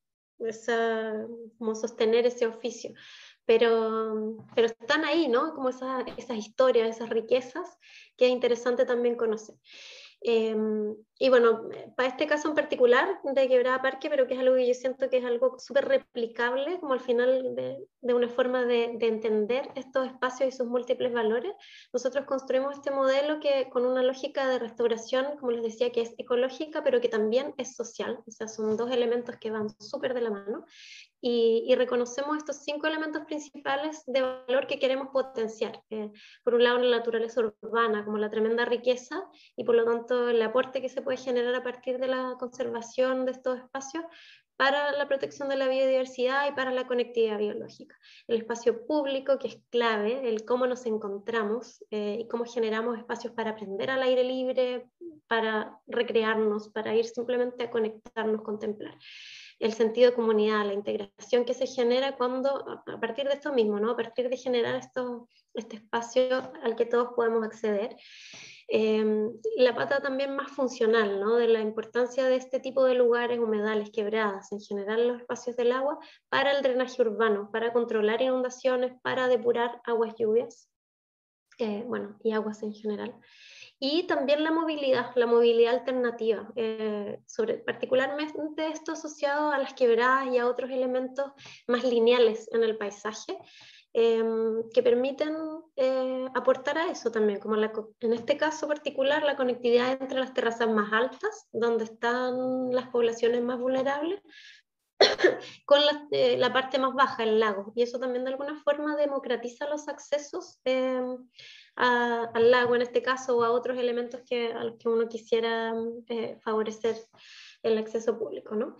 como sostener ese oficio. Pero están ahí, ¿no? Como esas historias, esas riquezas que es interesante también conocer. Y bueno, para este caso en particular de Quebrada Parque, pero que es algo que yo siento que es algo súper replicable, como al final de una forma de entender estos espacios y sus múltiples valores, nosotros construimos este modelo que con una lógica de restauración, como les decía, que es ecológica, pero que también es social, o sea, son dos elementos que van súper de la mano, y reconocemos estos 5 elementos principales de valor que queremos potenciar. Por un lado, la naturaleza urbana, como la tremenda riqueza, y por lo tanto el aporte que se puede generar a partir de la conservación de estos espacios para la protección de la biodiversidad y para la conectividad biológica. El espacio público, que es clave, el cómo nos encontramos y cómo generamos espacios para aprender al aire libre, para recrearnos, para ir simplemente a conectarnos, contemplar. El sentido de comunidad, la integración que se genera a partir de esto mismo, ¿no? A partir de generar este espacio al que todos podemos acceder. La pata también más funcional, ¿no? De la importancia de este tipo de lugares, humedales, quebradas, en general los espacios del agua, para el drenaje urbano, para controlar inundaciones, para depurar aguas lluvias, bueno, y aguas en general. Y también la movilidad alternativa, particularmente esto asociado a las quebradas y a otros elementos más lineales en el paisaje, que permiten aportar a eso también, como en este caso particular la conectividad entre las terrazas más altas, donde están las poblaciones más vulnerables, con la parte más baja, el lago, y eso también de alguna forma democratiza los accesos al lago en este caso, o a otros elementos a los que uno quisiera favorecer el acceso público, ¿no?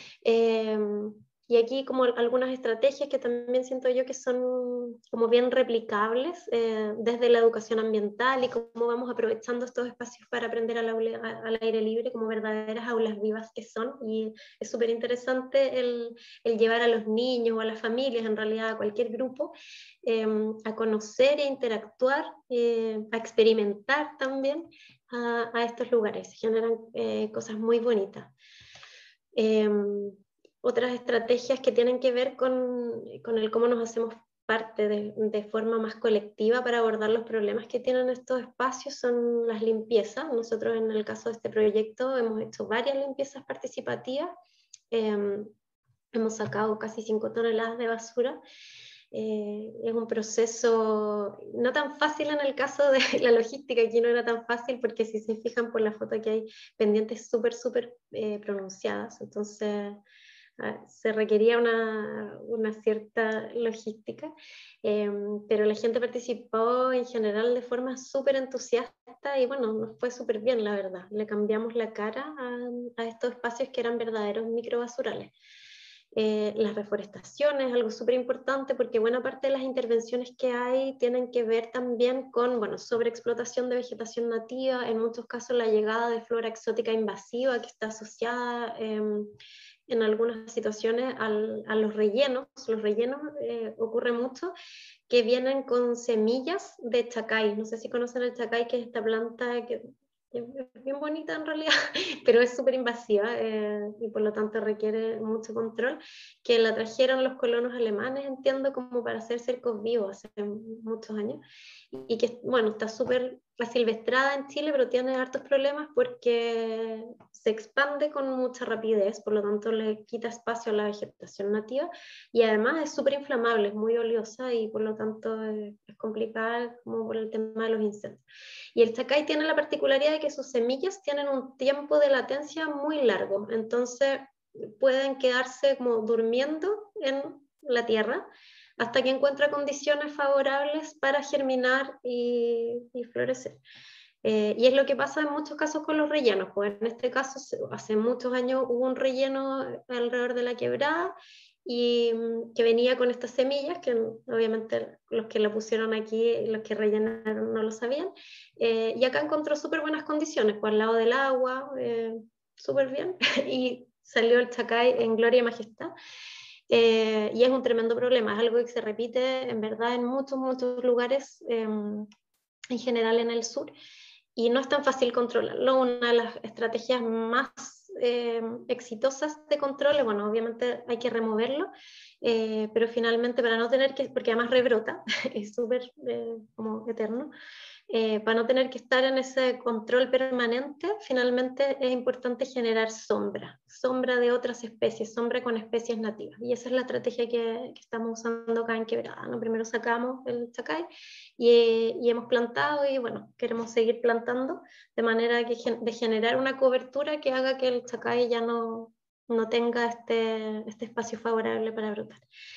Y aquí como algunas estrategias que también siento yo que son como bien replicables desde la educación ambiental y cómo vamos aprovechando estos espacios para aprender al aire libre como verdaderas aulas vivas que son. Y es súper interesante el llevar a los niños o a las familias, en realidad a cualquier grupo, a conocer e interactuar, a experimentar también a estos lugares. Se generan cosas muy bonitas. Otras estrategias que tienen que ver con el cómo nos hacemos parte de forma más colectiva para abordar los problemas que tienen estos espacios son las limpiezas. Nosotros en el caso de este proyecto hemos hecho varias limpiezas participativas, hemos sacado casi 5 toneladas de basura. Es un proceso no tan fácil en el caso de la logística, aquí no era tan fácil porque si se fijan por la foto que hay pendientes súper pronunciadas, entonces se requería una cierta logística, pero la gente participó en general de forma súper entusiasta y bueno, nos fue súper bien, la verdad. Le cambiamos la cara a estos espacios que eran verdaderos microbasurales. Las reforestaciones, algo súper importante porque buena parte de las intervenciones que hay tienen que ver también con, bueno, sobreexplotación de vegetación nativa, en muchos casos la llegada de flora exótica invasiva que está asociada en algunas situaciones a los rellenos. Los rellenos ocurre mucho que vienen con semillas de chacay. No sé si conocen el chacay, que es esta planta que es bien bonita en realidad, pero es súper invasiva y por lo tanto requiere mucho control, que la trajeron los colonos alemanes, entiendo, como para hacer cercos vivos hace muchos años, y que, bueno, está súper asilvestrada en Chile, pero tiene hartos problemas porque se expande con mucha rapidez, por lo tanto le quita espacio a la vegetación nativa y además es súper inflamable, es muy oleosa y por lo tanto es complicada como por el tema de los incendios. Y el chacay tiene la particularidad de que sus semillas tienen un tiempo de latencia muy largo, entonces pueden quedarse como durmiendo en la tierra hasta que encuentra condiciones favorables para germinar y florecer. Y es lo que pasa en muchos casos con los rellenos. Pues en este caso, hace muchos años hubo un relleno alrededor de la quebrada y que venía con estas semillas, que obviamente los que la pusieron aquí, los que rellenaron no lo sabían, y acá encontró súper buenas condiciones, pues al lado del agua, súper bien, y salió el chacay en gloria y majestad. Y es un tremendo problema, es algo que se repite en verdad en muchos, muchos lugares, en general en el sur, y no es tan fácil controlarlo. Una de las estrategias más exitosas de control, bueno, obviamente hay que removerlo, pero finalmente para no tener que, porque además rebrota, es súper como eterno, para no tener que estar en ese control permanente, finalmente es importante generar sombra de otras especies, sombra con especies nativas. Y esa es la estrategia que estamos usando acá en Quebrada, ¿no? Primero sacamos el chacay y hemos plantado y bueno, queremos seguir plantando de manera que, de generar una cobertura que haga que el chacay ya no tenga este espacio favorable para brotar.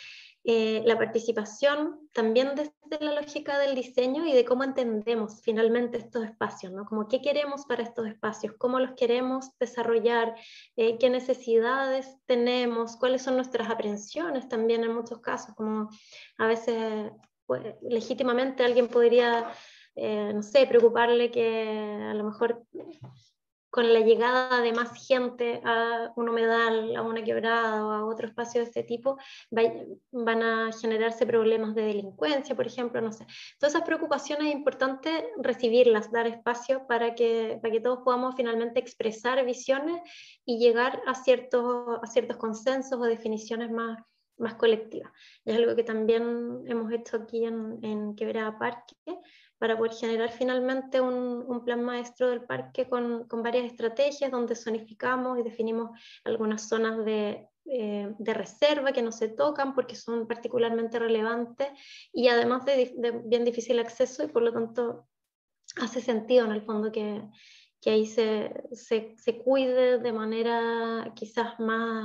La participación también desde la lógica del diseño y de cómo entendemos finalmente estos espacios, ¿no? Como qué queremos para estos espacios, cómo los queremos desarrollar, qué necesidades tenemos, cuáles son nuestras aprensiones también en muchos casos, como a veces pues, legítimamente alguien podría, no sé, preocuparle que a lo mejor con la llegada de más gente a un humedal, a una quebrada o a otro espacio de este tipo, van a generarse problemas de delincuencia, por ejemplo, no sé. Todas esas preocupaciones es importante recibirlas, dar espacio para que todos podamos finalmente expresar visiones y llegar a ciertos consensos o definiciones más colectivas. Y es algo que también hemos hecho aquí en Quebrada Parque, para poder generar finalmente un plan maestro del parque con varias estrategias donde zonificamos y definimos algunas zonas de reserva que no se tocan porque son particularmente relevantes y además de bien difícil acceso y por lo tanto hace sentido en el fondo que ahí se cuide de manera quizás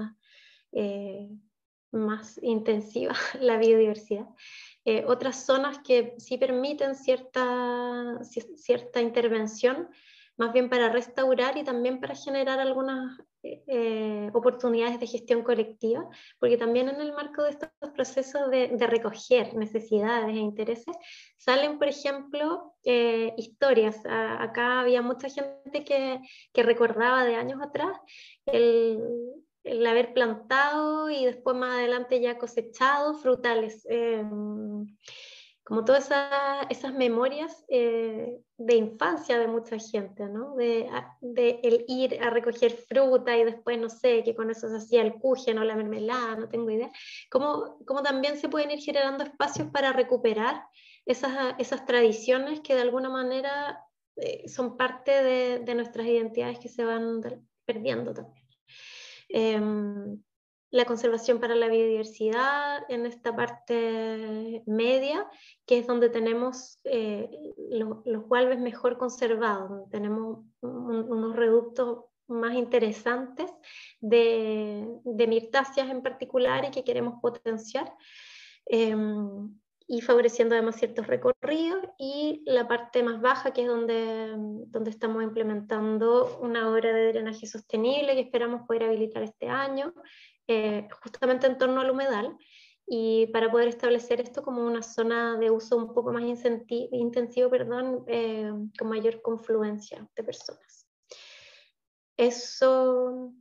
más intensiva la biodiversidad. Otras zonas que sí permiten cierta intervención, más bien para restaurar y también para generar algunas oportunidades de gestión colectiva, porque también en el marco de estos procesos de recoger necesidades e intereses, salen, por ejemplo, historias. Acá había mucha gente que recordaba de años atrás el haber plantado y después más adelante ya cosechado frutales. Como todas esas memorias de infancia de mucha gente, ¿no? De el ir a recoger fruta y después, no sé, que con eso se hacía el kuchen o la mermelada, no tengo idea. Cómo también se pueden ir generando espacios para recuperar esas tradiciones que de alguna manera son parte de nuestras identidades que se van perdiendo también. La conservación para la biodiversidad en esta parte media, que es donde tenemos los Gualbes mejor conservados, donde tenemos unos reductos más interesantes de mirtáceas en particular y que queremos potenciar. Y favoreciendo además ciertos recorridos, y la parte más baja, que es donde estamos implementando una obra de drenaje sostenible que esperamos poder habilitar este año, justamente en torno al humedal, y para poder establecer esto como una zona de uso un poco más intensivo, con mayor confluencia de personas. Eso.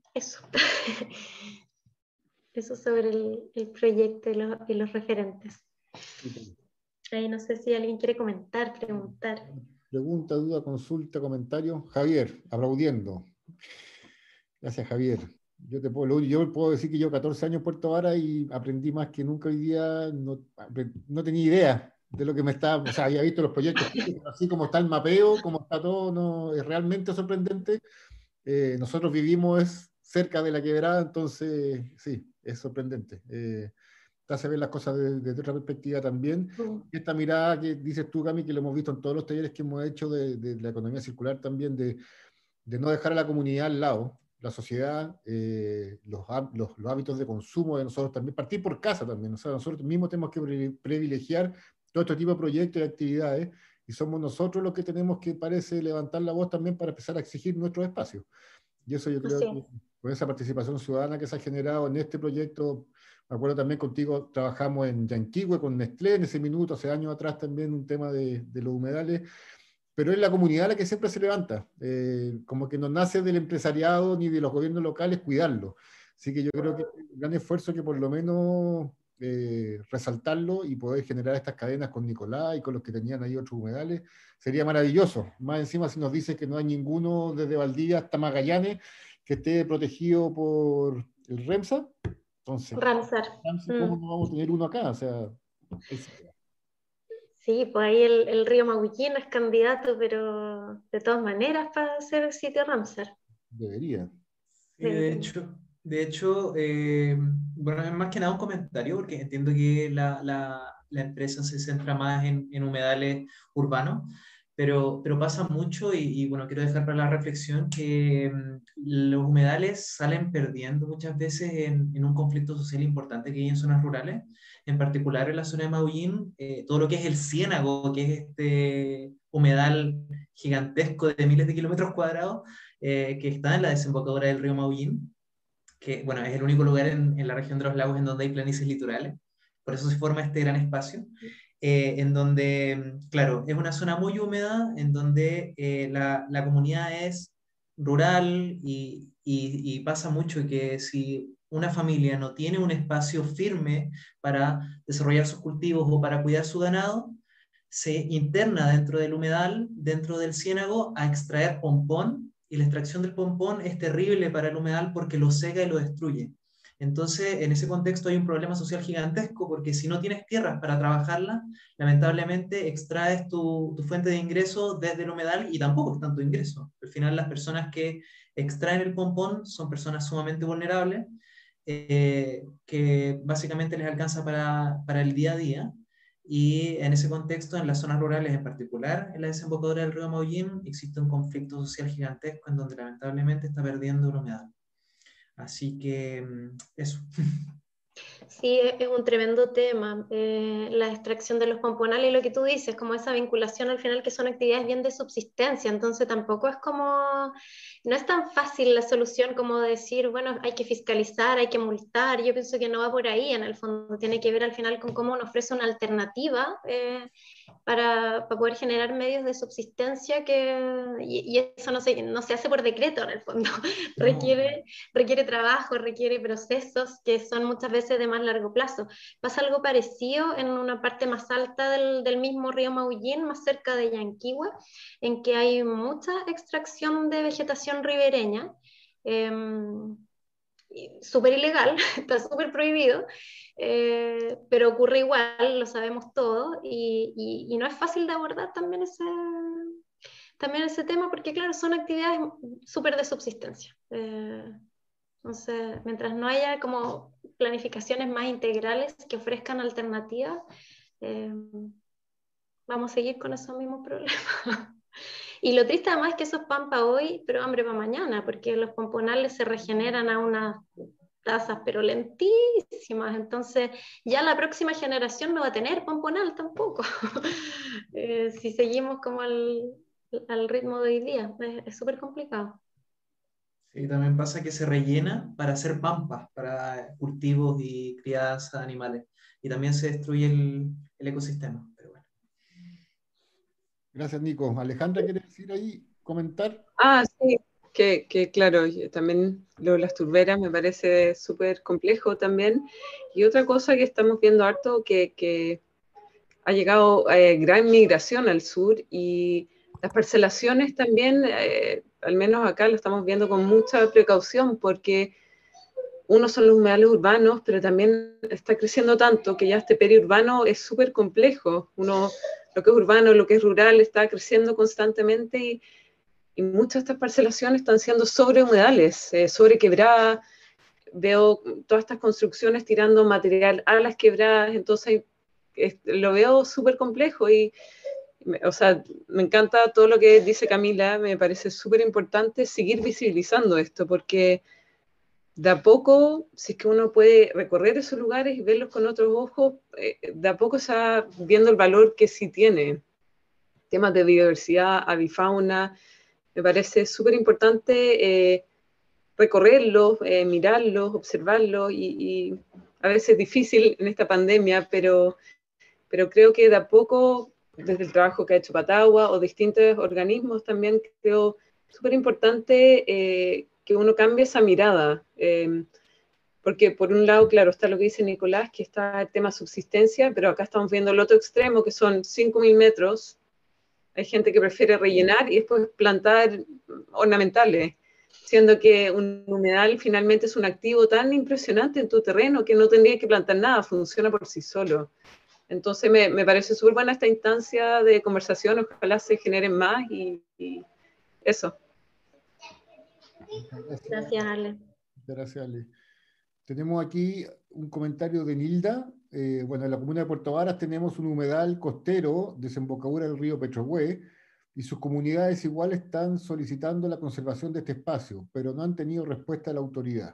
Eso sobre el proyecto y los referentes. Ahí no sé si alguien quiere comentar, preguntar. Pregunta, duda, consulta, comentario. Javier, aplaudiendo. Gracias, Javier. Yo puedo decir que llevo 14 años en Puerto Vara y aprendí más que nunca hoy día. No tenía idea de lo que me está, o sea, había visto los proyectos, así como está el mapeo, como está todo, no, es realmente sorprendente. Nosotros vivimos cerca de la quebrada, entonces sí, es sorprendente. Te hace ver las cosas desde otra perspectiva también. Esta mirada que dices tú, Cami, que lo hemos visto en todos los talleres que hemos hecho de la economía circular también, de no dejar a la comunidad al lado, la sociedad, los hábitos de consumo de nosotros también, partir por casa también, o sea, nosotros mismos tenemos que privilegiar todo este tipo de proyectos y actividades, y somos nosotros los que tenemos que, parece, levantar la voz también para empezar a exigir nuestros espacios. Y eso yo creo que con esa participación ciudadana que se ha generado en este proyecto, me acuerdo también contigo, trabajamos en Yanquihue con Nestlé en ese minuto, hace años atrás también, un tema de los humedales, pero es la comunidad la que siempre se levanta, como que no nace del empresariado ni de los gobiernos locales cuidarlo. Así que yo creo que es un gran esfuerzo que por lo menos resaltarlo y poder generar estas cadenas con Nicolás y con los que tenían ahí otros humedales, sería maravilloso. Más encima si nos dice que no hay ninguno desde Valdivia hasta Magallanes que esté protegido por el REMSA, entonces, Ramsar. ¿cómo no vamos a tener uno acá? O sea, sí, pues ahí el río Maguillín es candidato, pero de todas maneras para ser el sitio Ramsar. Debería. Sí, de hecho bueno, es más que nada un comentario, porque entiendo que la empresa se centra más en humedales urbanos, pero pasa mucho bueno, quiero dejar para la reflexión que los humedales salen perdiendo muchas veces en un conflicto social importante que hay en zonas rurales, en particular en la zona de Maullín, todo lo que es el Ciénago, que es este humedal gigantesco de miles de kilómetros cuadrados, que está en la desembocadura del río Maullín, que bueno, es el único lugar en la región de los lagos en donde hay planicies litorales, por eso se forma este gran espacio, en donde, claro, es una zona muy húmeda, en donde la comunidad es rural y pasa mucho que si una familia no tiene un espacio firme para desarrollar sus cultivos o para cuidar su ganado, se interna dentro del humedal, dentro del ciénago, a extraer pompón, y la extracción del pompón es terrible para el humedal porque lo seca y lo destruye. Entonces, en ese contexto hay un problema social gigantesco, porque si no tienes tierras para trabajarla, lamentablemente extraes tu fuente de ingreso desde el humedal y tampoco es tanto ingreso. Al final, las personas que extraen el pompón son personas sumamente vulnerables, que básicamente les alcanza para el día a día. Y en ese contexto, en las zonas rurales en particular, en la desembocadura del río Maullín, existe un conflicto social gigantesco en donde lamentablemente está perdiendo la humedad. Así que eso. Sí, es un tremendo tema, la extracción de los pomponales y lo que tú dices, como esa vinculación al final que son actividades bien de subsistencia, entonces tampoco es como, no es tan fácil la solución como decir, bueno, hay que fiscalizar, hay que multar, yo pienso que no va por ahí, en el fondo tiene que ver al final con cómo uno ofrece una alternativa para poder generar medios de subsistencia y eso no se hace por decreto en el fondo, requiere trabajo, requiere procesos que son muchas veces de más largo plazo. Pasa algo parecido en una parte más alta del mismo río Maullín, más cerca de Yanquihue, en que hay mucha extracción de vegetación ribereña, súper ilegal, está súper prohibido, pero ocurre igual, lo sabemos todos, y no es fácil de abordar también ese tema, porque claro, son actividades súper de subsistencia. Entonces, mientras no haya como planificaciones más integrales que ofrezcan alternativas, vamos a seguir con esos mismos problemas. Y lo triste además es que eso es pan para hoy, pero hambre para mañana, porque los pomponales se regeneran a unas tasas pero lentísimas, entonces ya la próxima generación no va a tener pomponal tampoco, si seguimos como al ritmo de hoy día, es súper complicado. Sí, también pasa que se rellena para hacer pampas, para cultivos y criadas de animales, y también se destruye el ecosistema. Pero bueno. Gracias, Nico. Alejandra, ¿quieres decir ahí, comentar? Sí, que claro, también lo de las turberas me parece súper complejo también. Y otra cosa que estamos viendo harto, que ha llegado gran migración al sur, y las parcelaciones también, al menos acá lo estamos viendo con mucha precaución, porque uno son los humedales urbanos, pero también está creciendo tanto que ya este periurbano es súper complejo. Lo que es urbano, lo que es rural, está creciendo constantemente y muchas de estas parcelaciones están siendo sobre humedales, sobre quebradas. Veo todas estas construcciones tirando material a las quebradas, entonces lo veo súper complejo o sea, me encanta todo lo que dice Camila, me parece súper importante seguir visibilizando esto, porque de a poco, si es que uno puede recorrer esos lugares y verlos con otros ojos, de a poco se va viendo el valor que sí tiene. Temas de biodiversidad, avifauna, me parece súper importante recorrerlos, mirarlos, observarlos, y a veces es difícil en esta pandemia, pero creo que de a poco, desde el trabajo que ha hecho Patagua o distintos organismos también, creo súper importante que uno cambie esa mirada. Porque por un lado, claro, está lo que dice Nicolás, que está el tema subsistencia, pero acá estamos viendo el otro extremo, que son 5.000 metros. Hay gente que prefiere rellenar y después plantar ornamentales, siendo que un humedal finalmente es un activo tan impresionante en tu terreno que no tendría que plantar nada, funciona por sí solo. Entonces me parece súper buena esta instancia de conversación, ojalá se generen más y eso. Gracias, Ale. Gracias, Ale. Tenemos aquí un comentario de Nilda. Bueno, en la comuna de Puerto Varas tenemos un humedal costero, desembocadura del río Petrohue, y sus comunidades igual están solicitando la conservación de este espacio, pero no han tenido respuesta de la autoridad.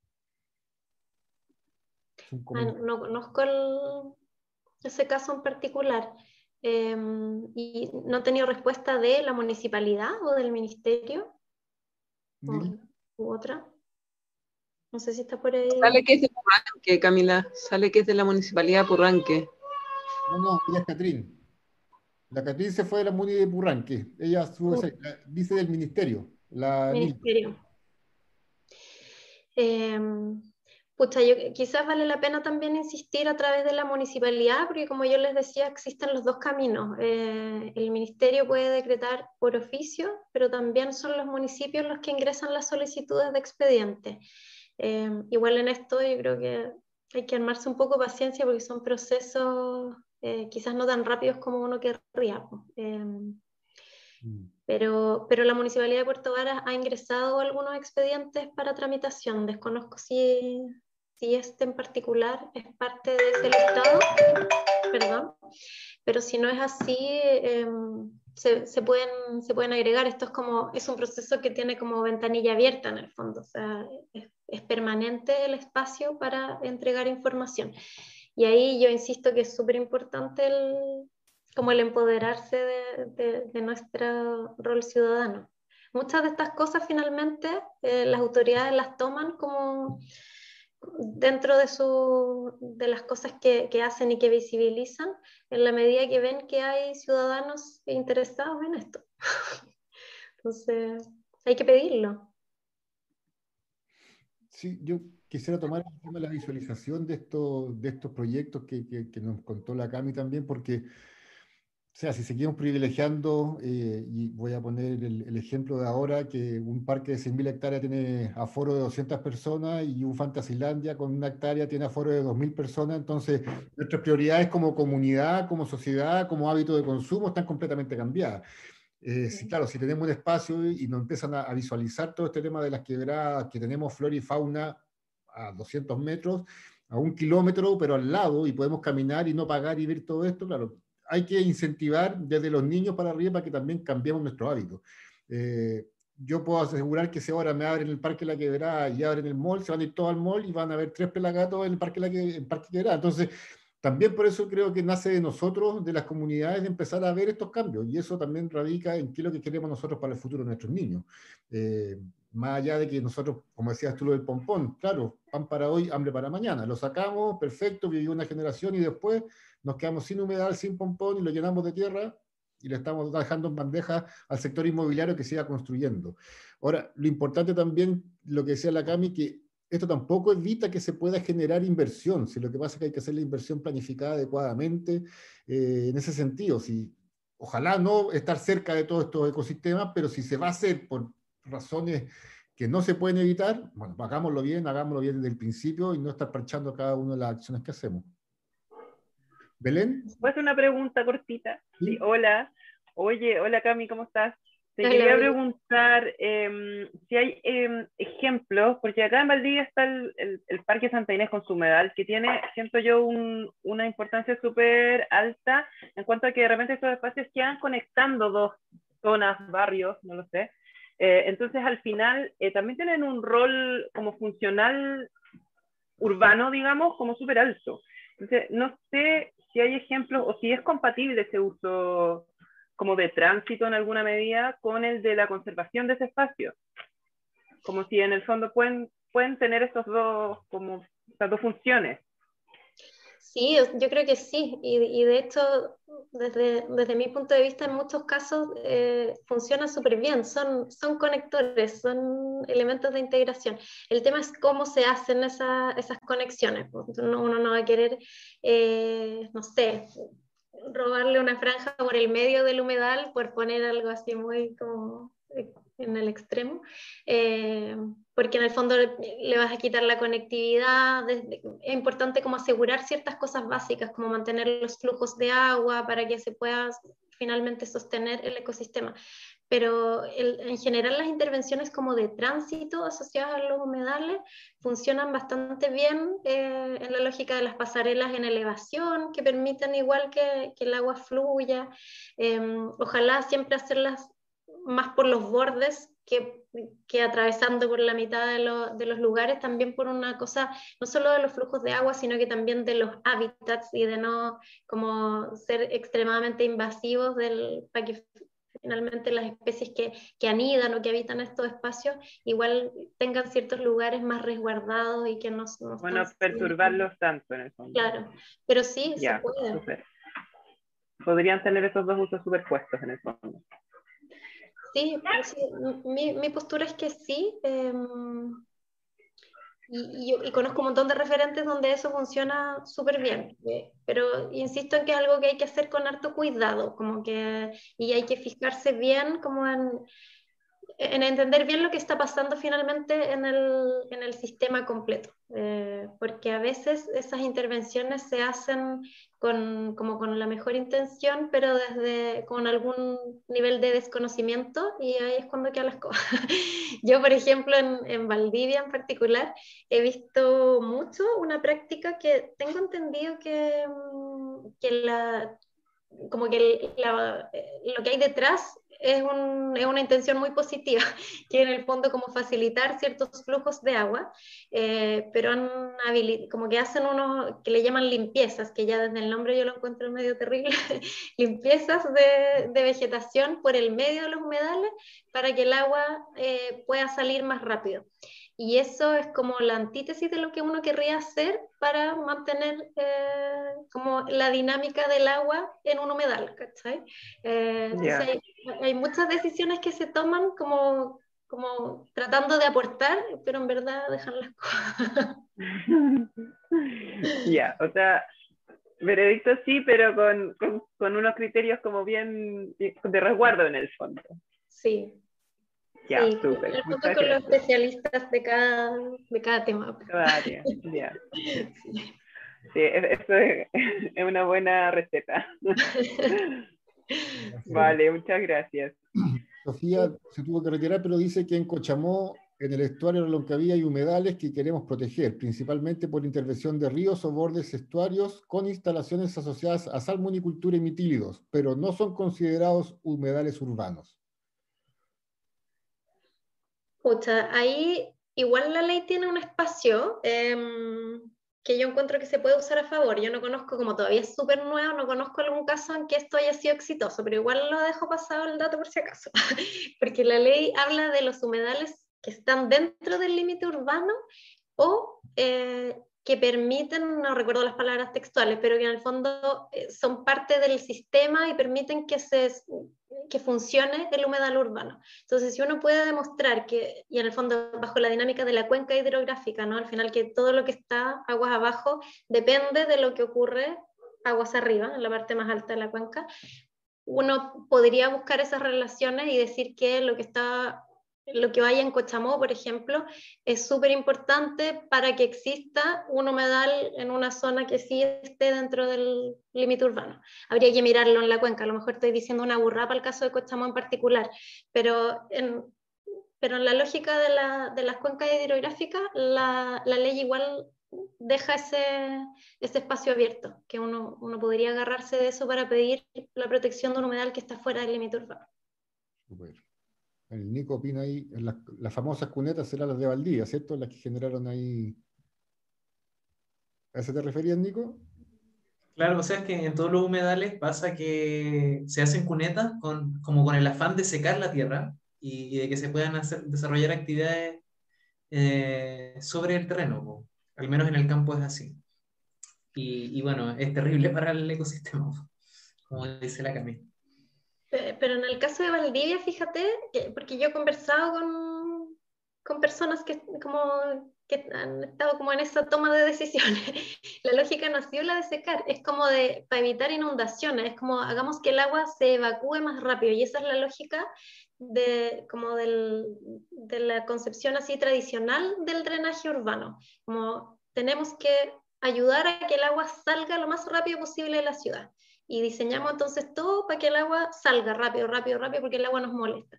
No conozco ese caso en particular. ¿Y no ha tenido respuesta de la municipalidad o del ministerio? ¿U otra? No sé si está por ahí. Sale que es de Purranque, Camila. Sale que es de la municipalidad de Purranque. No, ella es Catrín. La Catrín se fue de la muni de Purranque. Ella dice del ministerio. Ministerio. Pucha, quizás vale la pena también insistir a través de la municipalidad, porque como yo les decía, existen los dos caminos. El ministerio puede decretar por oficio, pero también son los municipios los que ingresan las solicitudes de expediente. Igual en esto yo creo que hay que armarse un poco de paciencia porque son procesos quizás no tan rápidos como uno querría. Pero la Municipalidad de Puerto Varas ha ingresado algunos expedientes para tramitación. Desconozco si este en particular es parte de ese listado, perdón, pero si no es así, se pueden agregar. Esto es un proceso que tiene como ventanilla abierta en el fondo, o sea, es permanente el espacio para entregar información. Y ahí yo insisto que es súper importante como el empoderarse de nuestro rol ciudadano. Muchas de estas cosas finalmente las autoridades las toman como dentro de las cosas que hacen y que visibilizan en la medida que ven que hay ciudadanos interesados en esto. Entonces, hay que pedirlo. Sí, yo quisiera tomar el tema de la visualización de estos proyectos que nos contó la Cami también, porque, o sea, si seguimos privilegiando, y voy a poner el ejemplo de ahora, que un parque de 100.000 hectáreas tiene aforo de 200 personas y un Fantasylandia con 1 hectárea tiene aforo de 2.000 personas, entonces nuestras prioridades como comunidad, como sociedad, como hábito de consumo están completamente cambiadas. Sí, claro, si tenemos un espacio y nos empiezan a visualizar todo este tema de las quebradas, que tenemos flora y fauna a 200 metros, a 1 kilómetro, pero al lado, y podemos caminar y no pagar y ver todo esto, claro, hay que incentivar desde los niños para arriba para que también cambiemos nuestros hábitos. Yo puedo asegurar que si ahora me abren el Parque La Quebrada y abren el mall, se van a ir todos al mall y van a ver 3 pelagatos en el Parque Quebrada. Entonces, también por eso creo que nace de nosotros, de las comunidades, de empezar a ver estos cambios. Y eso también radica en qué es lo que queremos nosotros para el futuro de nuestros niños. Más allá de que nosotros, como decías tú, lo del pompón, claro, pan para hoy, hambre para mañana. Lo sacamos, perfecto, vivió una generación y después nos quedamos sin humedal, sin pompón y lo llenamos de tierra y le estamos dejando en bandeja al sector inmobiliario que siga construyendo. Ahora, lo importante también, lo que decía la Cami, que esto tampoco evita que se pueda generar inversión, si lo que pasa es que hay que hacer la inversión planificada adecuadamente, en ese sentido. Ojalá no estar cerca de todos estos ecosistemas, pero si se va a hacer por razones que no se pueden evitar, bueno, hagámoslo bien desde el principio y no estar parchando cada una de las acciones que hacemos. ¿Belén? Pues una pregunta cortita. ¿Sí? Sí, hola. Oye, hola Cami, ¿cómo estás? Te Hola, quería Belén. preguntar si hay ejemplos, porque acá en Valdivia está el Parque Santa Inés con su humedal, que tiene, siento yo, una importancia súper alta en cuanto a que de repente estos espacios quedan conectando dos zonas, barrios, no lo sé. Entonces, al final, también tienen un rol como funcional urbano, digamos, como súper alto. Entonces, no sé si hay ejemplos o si es compatible ese uso como de tránsito en alguna medida con el de la conservación de ese espacio. Como si en el fondo pueden tener estas dos funciones. Sí, yo creo que sí, y de hecho, desde mi punto de vista, en muchos casos funciona súper bien, son conectores, son elementos de integración. El tema es cómo se hacen esas conexiones. Uno no va a querer, no sé, robarle una franja por el medio del humedal por poner algo así muy como en el extremo, porque en el fondo le vas a quitar la conectividad. Es importante como asegurar ciertas cosas básicas, como mantener los flujos de agua para que se pueda finalmente sostener el ecosistema. Pero en general las intervenciones como de tránsito asociadas a los humedales funcionan bastante bien en la lógica de las pasarelas en elevación, que permiten igual que el agua fluya. Ojalá siempre hacerlas más por los bordes que atravesando por la mitad de los lugares, también por una cosa, no solo de los flujos de agua, sino que también de los hábitats y de no como ser extremadamente invasivos para que finalmente las especies que anidan o que habitan estos espacios igual tengan ciertos lugares más resguardados y que no Bueno, perturbarlos tanto en el fondo. Claro, pero sí, Ya, se puede. super. Podrían tener esos dos usos superpuestos en el fondo. Sí, sí, mi postura es que sí. Y conozco un montón de referentes donde eso funciona súper bien, pero insisto en que es algo que hay que hacer con harto cuidado, y hay que fijarse bien como en entender bien lo que está pasando finalmente en el sistema completo, porque a veces esas intervenciones se hacen como con la mejor intención, pero con algún nivel de desconocimiento, y ahí es cuando quedan las cosas. Yo, por ejemplo, en Valdivia en particular, he visto mucho una práctica que tengo entendido como que lo que hay detrás es una intención muy positiva, que en el fondo como facilitar ciertos flujos de agua, pero como que hacen unos que le llaman limpiezas, que ya desde el nombre yo lo encuentro medio terrible, limpiezas de vegetación por el medio de los humedales para que el agua pueda salir más rápido. Y eso es como la antítesis de lo que uno querría hacer para mantener como la dinámica del agua en un humedal, ¿cachai? Entonces hay muchas decisiones que se toman como tratando de aportar, pero en verdad dejan las cosas. Ya, o sea, veredicto sí, pero con unos criterios como bien de resguardo en el fondo. Sí. Ya, sí, súper. el fondo con los especialistas de cada tema. Cada área, ya. Sí, eso es una buena receta. Vale, muchas gracias. Sofía se tuvo que retirar, pero dice que en Cochamó, en el estuario de la Loncavía, hay humedales que queremos proteger, principalmente por intervención de ríos o bordes estuarios con instalaciones asociadas a salmonicultura y mitílidos, pero no son considerados humedales urbanos. Pucha, ahí igual la ley tiene un espacio que yo encuentro que se puede usar a favor. Yo no conozco, como todavía es súper nuevo, no conozco algún caso en que esto haya sido exitoso, pero igual lo dejo pasado el dato por si acaso, porque la ley habla de los humedales que están dentro del límite urbano o que permiten, no recuerdo las palabras textuales, pero que en el fondo son parte del sistema y permiten que funcione el humedal urbano. Entonces, si uno puede demostrar y en el fondo bajo la dinámica de la cuenca hidrográfica, ¿no? Al final que todo lo que está aguas abajo depende de lo que ocurre aguas arriba, en la parte más alta de la cuenca, uno podría buscar esas relaciones y decir que lo que está lo que vaya en Cochamó, por ejemplo, es súper importante para que exista un humedal en una zona que sí esté dentro del límite urbano. Habría que mirarlo en la cuenca, a lo mejor estoy diciendo una burrada para el caso de Cochamó en particular, pero en la lógica de las cuencas hidrográficas, la ley igual deja ese espacio abierto, que uno podría agarrarse de eso para pedir la protección de un humedal que está fuera del límite urbano. Super. El Nico opina ahí, las famosas cunetas serán las de Valdivia, ¿cierto? Las que generaron ahí. ¿A eso te referías, Nico? Claro, o sea, es que en todos los humedales pasa que se hacen cunetas como con el afán de secar la tierra y de que se puedan desarrollar actividades sobre el terreno, po. Al menos en el campo es así. Y bueno, es terrible para el ecosistema, po, como dice la Cami. Pero en el caso de Valdivia, fíjate, porque yo he conversado con personas que han estado como en esa toma de decisiones. La lógica no ha sido la de secar, es como para evitar inundaciones, es como hagamos que el agua se evacúe más rápido, y esa es la lógica de la concepción así tradicional del drenaje urbano, como tenemos que ayudar a que el agua salga lo más rápido posible de la ciudad. Y diseñamos entonces todo para que el agua salga rápido, rápido, rápido, porque el agua nos molesta.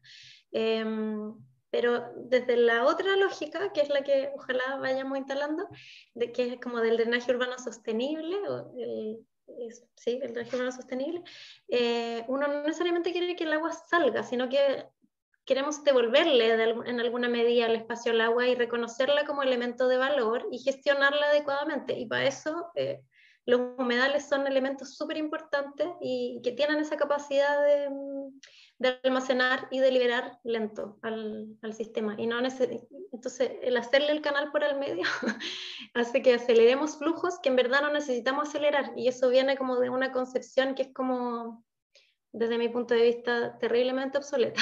Pero desde la otra lógica, que es la que ojalá vayamos instalando, de que es como del drenaje urbano sostenible, sí, el drenaje urbano sostenible, uno no necesariamente quiere que el agua salga, sino que queremos devolverle en alguna medida el espacio al agua y reconocerla como elemento de valor y gestionarla adecuadamente. Y para eso los humedales son elementos súper importantes y que tienen esa capacidad de almacenar y de liberar lento al sistema. Y no entonces, el hacerle el canal por el medio hace que aceleremos flujos que en verdad no necesitamos acelerar. Y eso viene como de una concepción que es como, desde mi punto de vista, terriblemente obsoleta.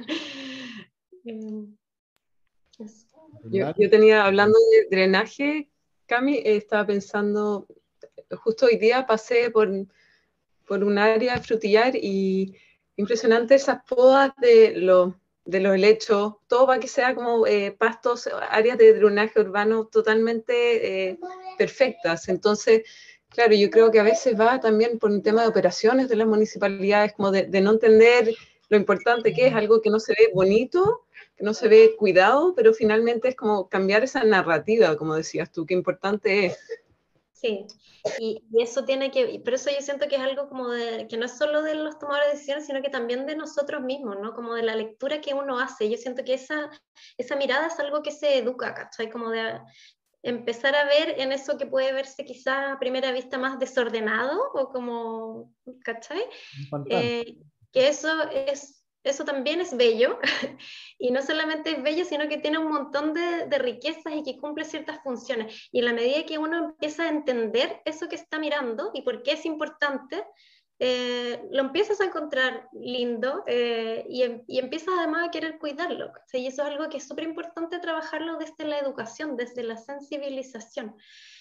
Yo tenía, hablando de drenaje, Cami, estaba pensando, justo hoy día pasé por un área de frutillar y impresionante esas podas de los helechos, todo para que sea como pastos, áreas de drenaje urbano totalmente perfectas. Entonces, claro, yo creo que a veces va también por un tema de operaciones de las municipalidades, como de no entender lo importante que es algo que no se ve bonito, que no se ve cuidado, pero finalmente es como cambiar esa narrativa, como decías tú, qué importante es. Sí, y eso tiene que, pero eso yo siento que es algo como que no es solo de los tomadores de decisiones, sino que también de nosotros mismos, ¿no? Como de la lectura que uno hace. Yo siento que esa mirada es algo que se educa, ¿cachai? Como de empezar a ver en eso que puede verse quizá a primera vista más desordenado o como, ¿cachai? Que eso también es bello, y no solamente es bello, sino que tiene un montón de riquezas y que cumple ciertas funciones. Y en la medida que uno empieza a entender eso que está mirando y por qué es importante, lo empiezas a encontrar lindo y empiezas además a querer cuidarlo. ¿Sí? Y eso es algo que es súper importante trabajarlo desde la educación, desde la sensibilización.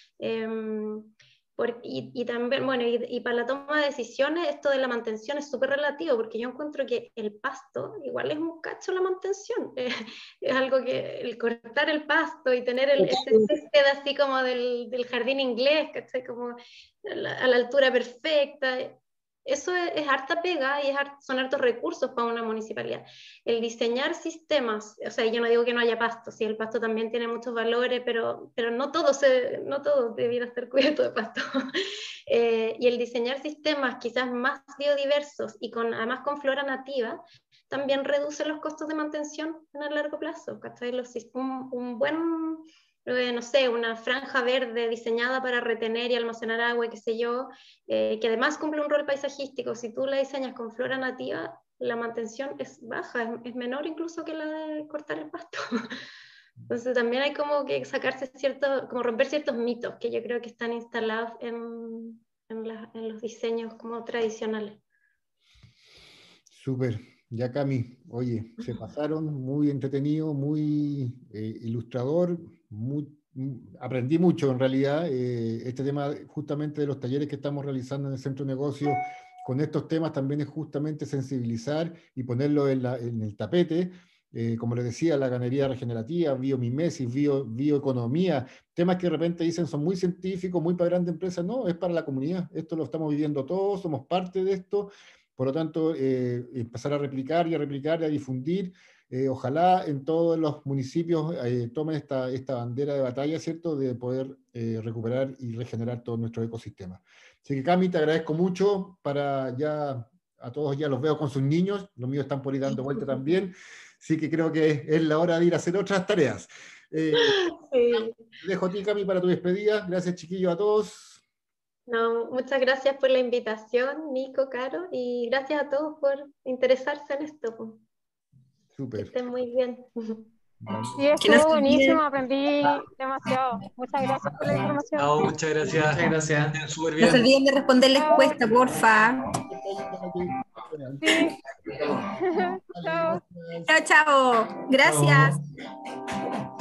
Y también, bueno, y para la toma de decisiones, esto de la mantención es súper relativo, porque yo encuentro que el pasto igual es un cacho la mantención. Es algo que el cortar el pasto y tener ese césped así como del jardín inglés, ¿cachai? Como a la altura perfecta. Eso es harta pega y son hartos recursos para una municipalidad. El diseñar sistemas, o sea, yo no digo que no haya pasto, sí, el pasto también tiene muchos valores, pero no todo debiera estar cubierto de pasto. Y el diseñar sistemas quizás más biodiversos y además con flora nativa, también reduce los costos de mantención en el largo plazo. Un buen, no sé, una franja verde diseñada para retener y almacenar agua y qué sé yo, que además cumple un rol paisajístico. Si tú la diseñas con flora nativa, la mantención es baja, es menor incluso que la de cortar el pasto. Entonces también hay como que sacarse como romper ciertos mitos que yo creo que están instalados en los diseños como tradicionales. Súper. Ya, Cami, oye, se pasaron, muy entretenido, muy ilustrador, aprendí mucho en realidad. Este tema justamente de los talleres que estamos realizando en el Centro de Negocios con estos temas también es justamente sensibilizar y ponerlo en el tapete como les decía, la ganadería regenerativa, biomimesis, bioeconomía, temas que de repente dicen son muy científicos, muy para grandes empresas. No, es para la comunidad. Esto lo estamos viviendo todos, somos parte de esto. Por lo tanto, empezar a replicar y a difundir. Ojalá en todos los municipios tomen esta bandera de batalla, ¿cierto?, de poder recuperar y regenerar todo nuestro ecosistema. Así que, Cami, te agradezco mucho. A todos ya los veo con sus niños, los míos están por ir dando vuelta también, así que creo que es la hora de ir a hacer otras tareas. Sí. Dejo a ti, Cami, para tu despedida. Gracias, chiquillos, a todos. No, muchas gracias por la invitación, Nico, Caro, y gracias a todos por interesarse en esto. Que Súper. estén muy bien. Sí, estuvo buenísimo, aprendí demasiado. Muchas gracias por la información. Chao, muchas gracias. Muchas gracias. Súper No bien. se olviden de responder la encuesta, porfa. Sí. Chao. Chao, chao. Gracias. Chao.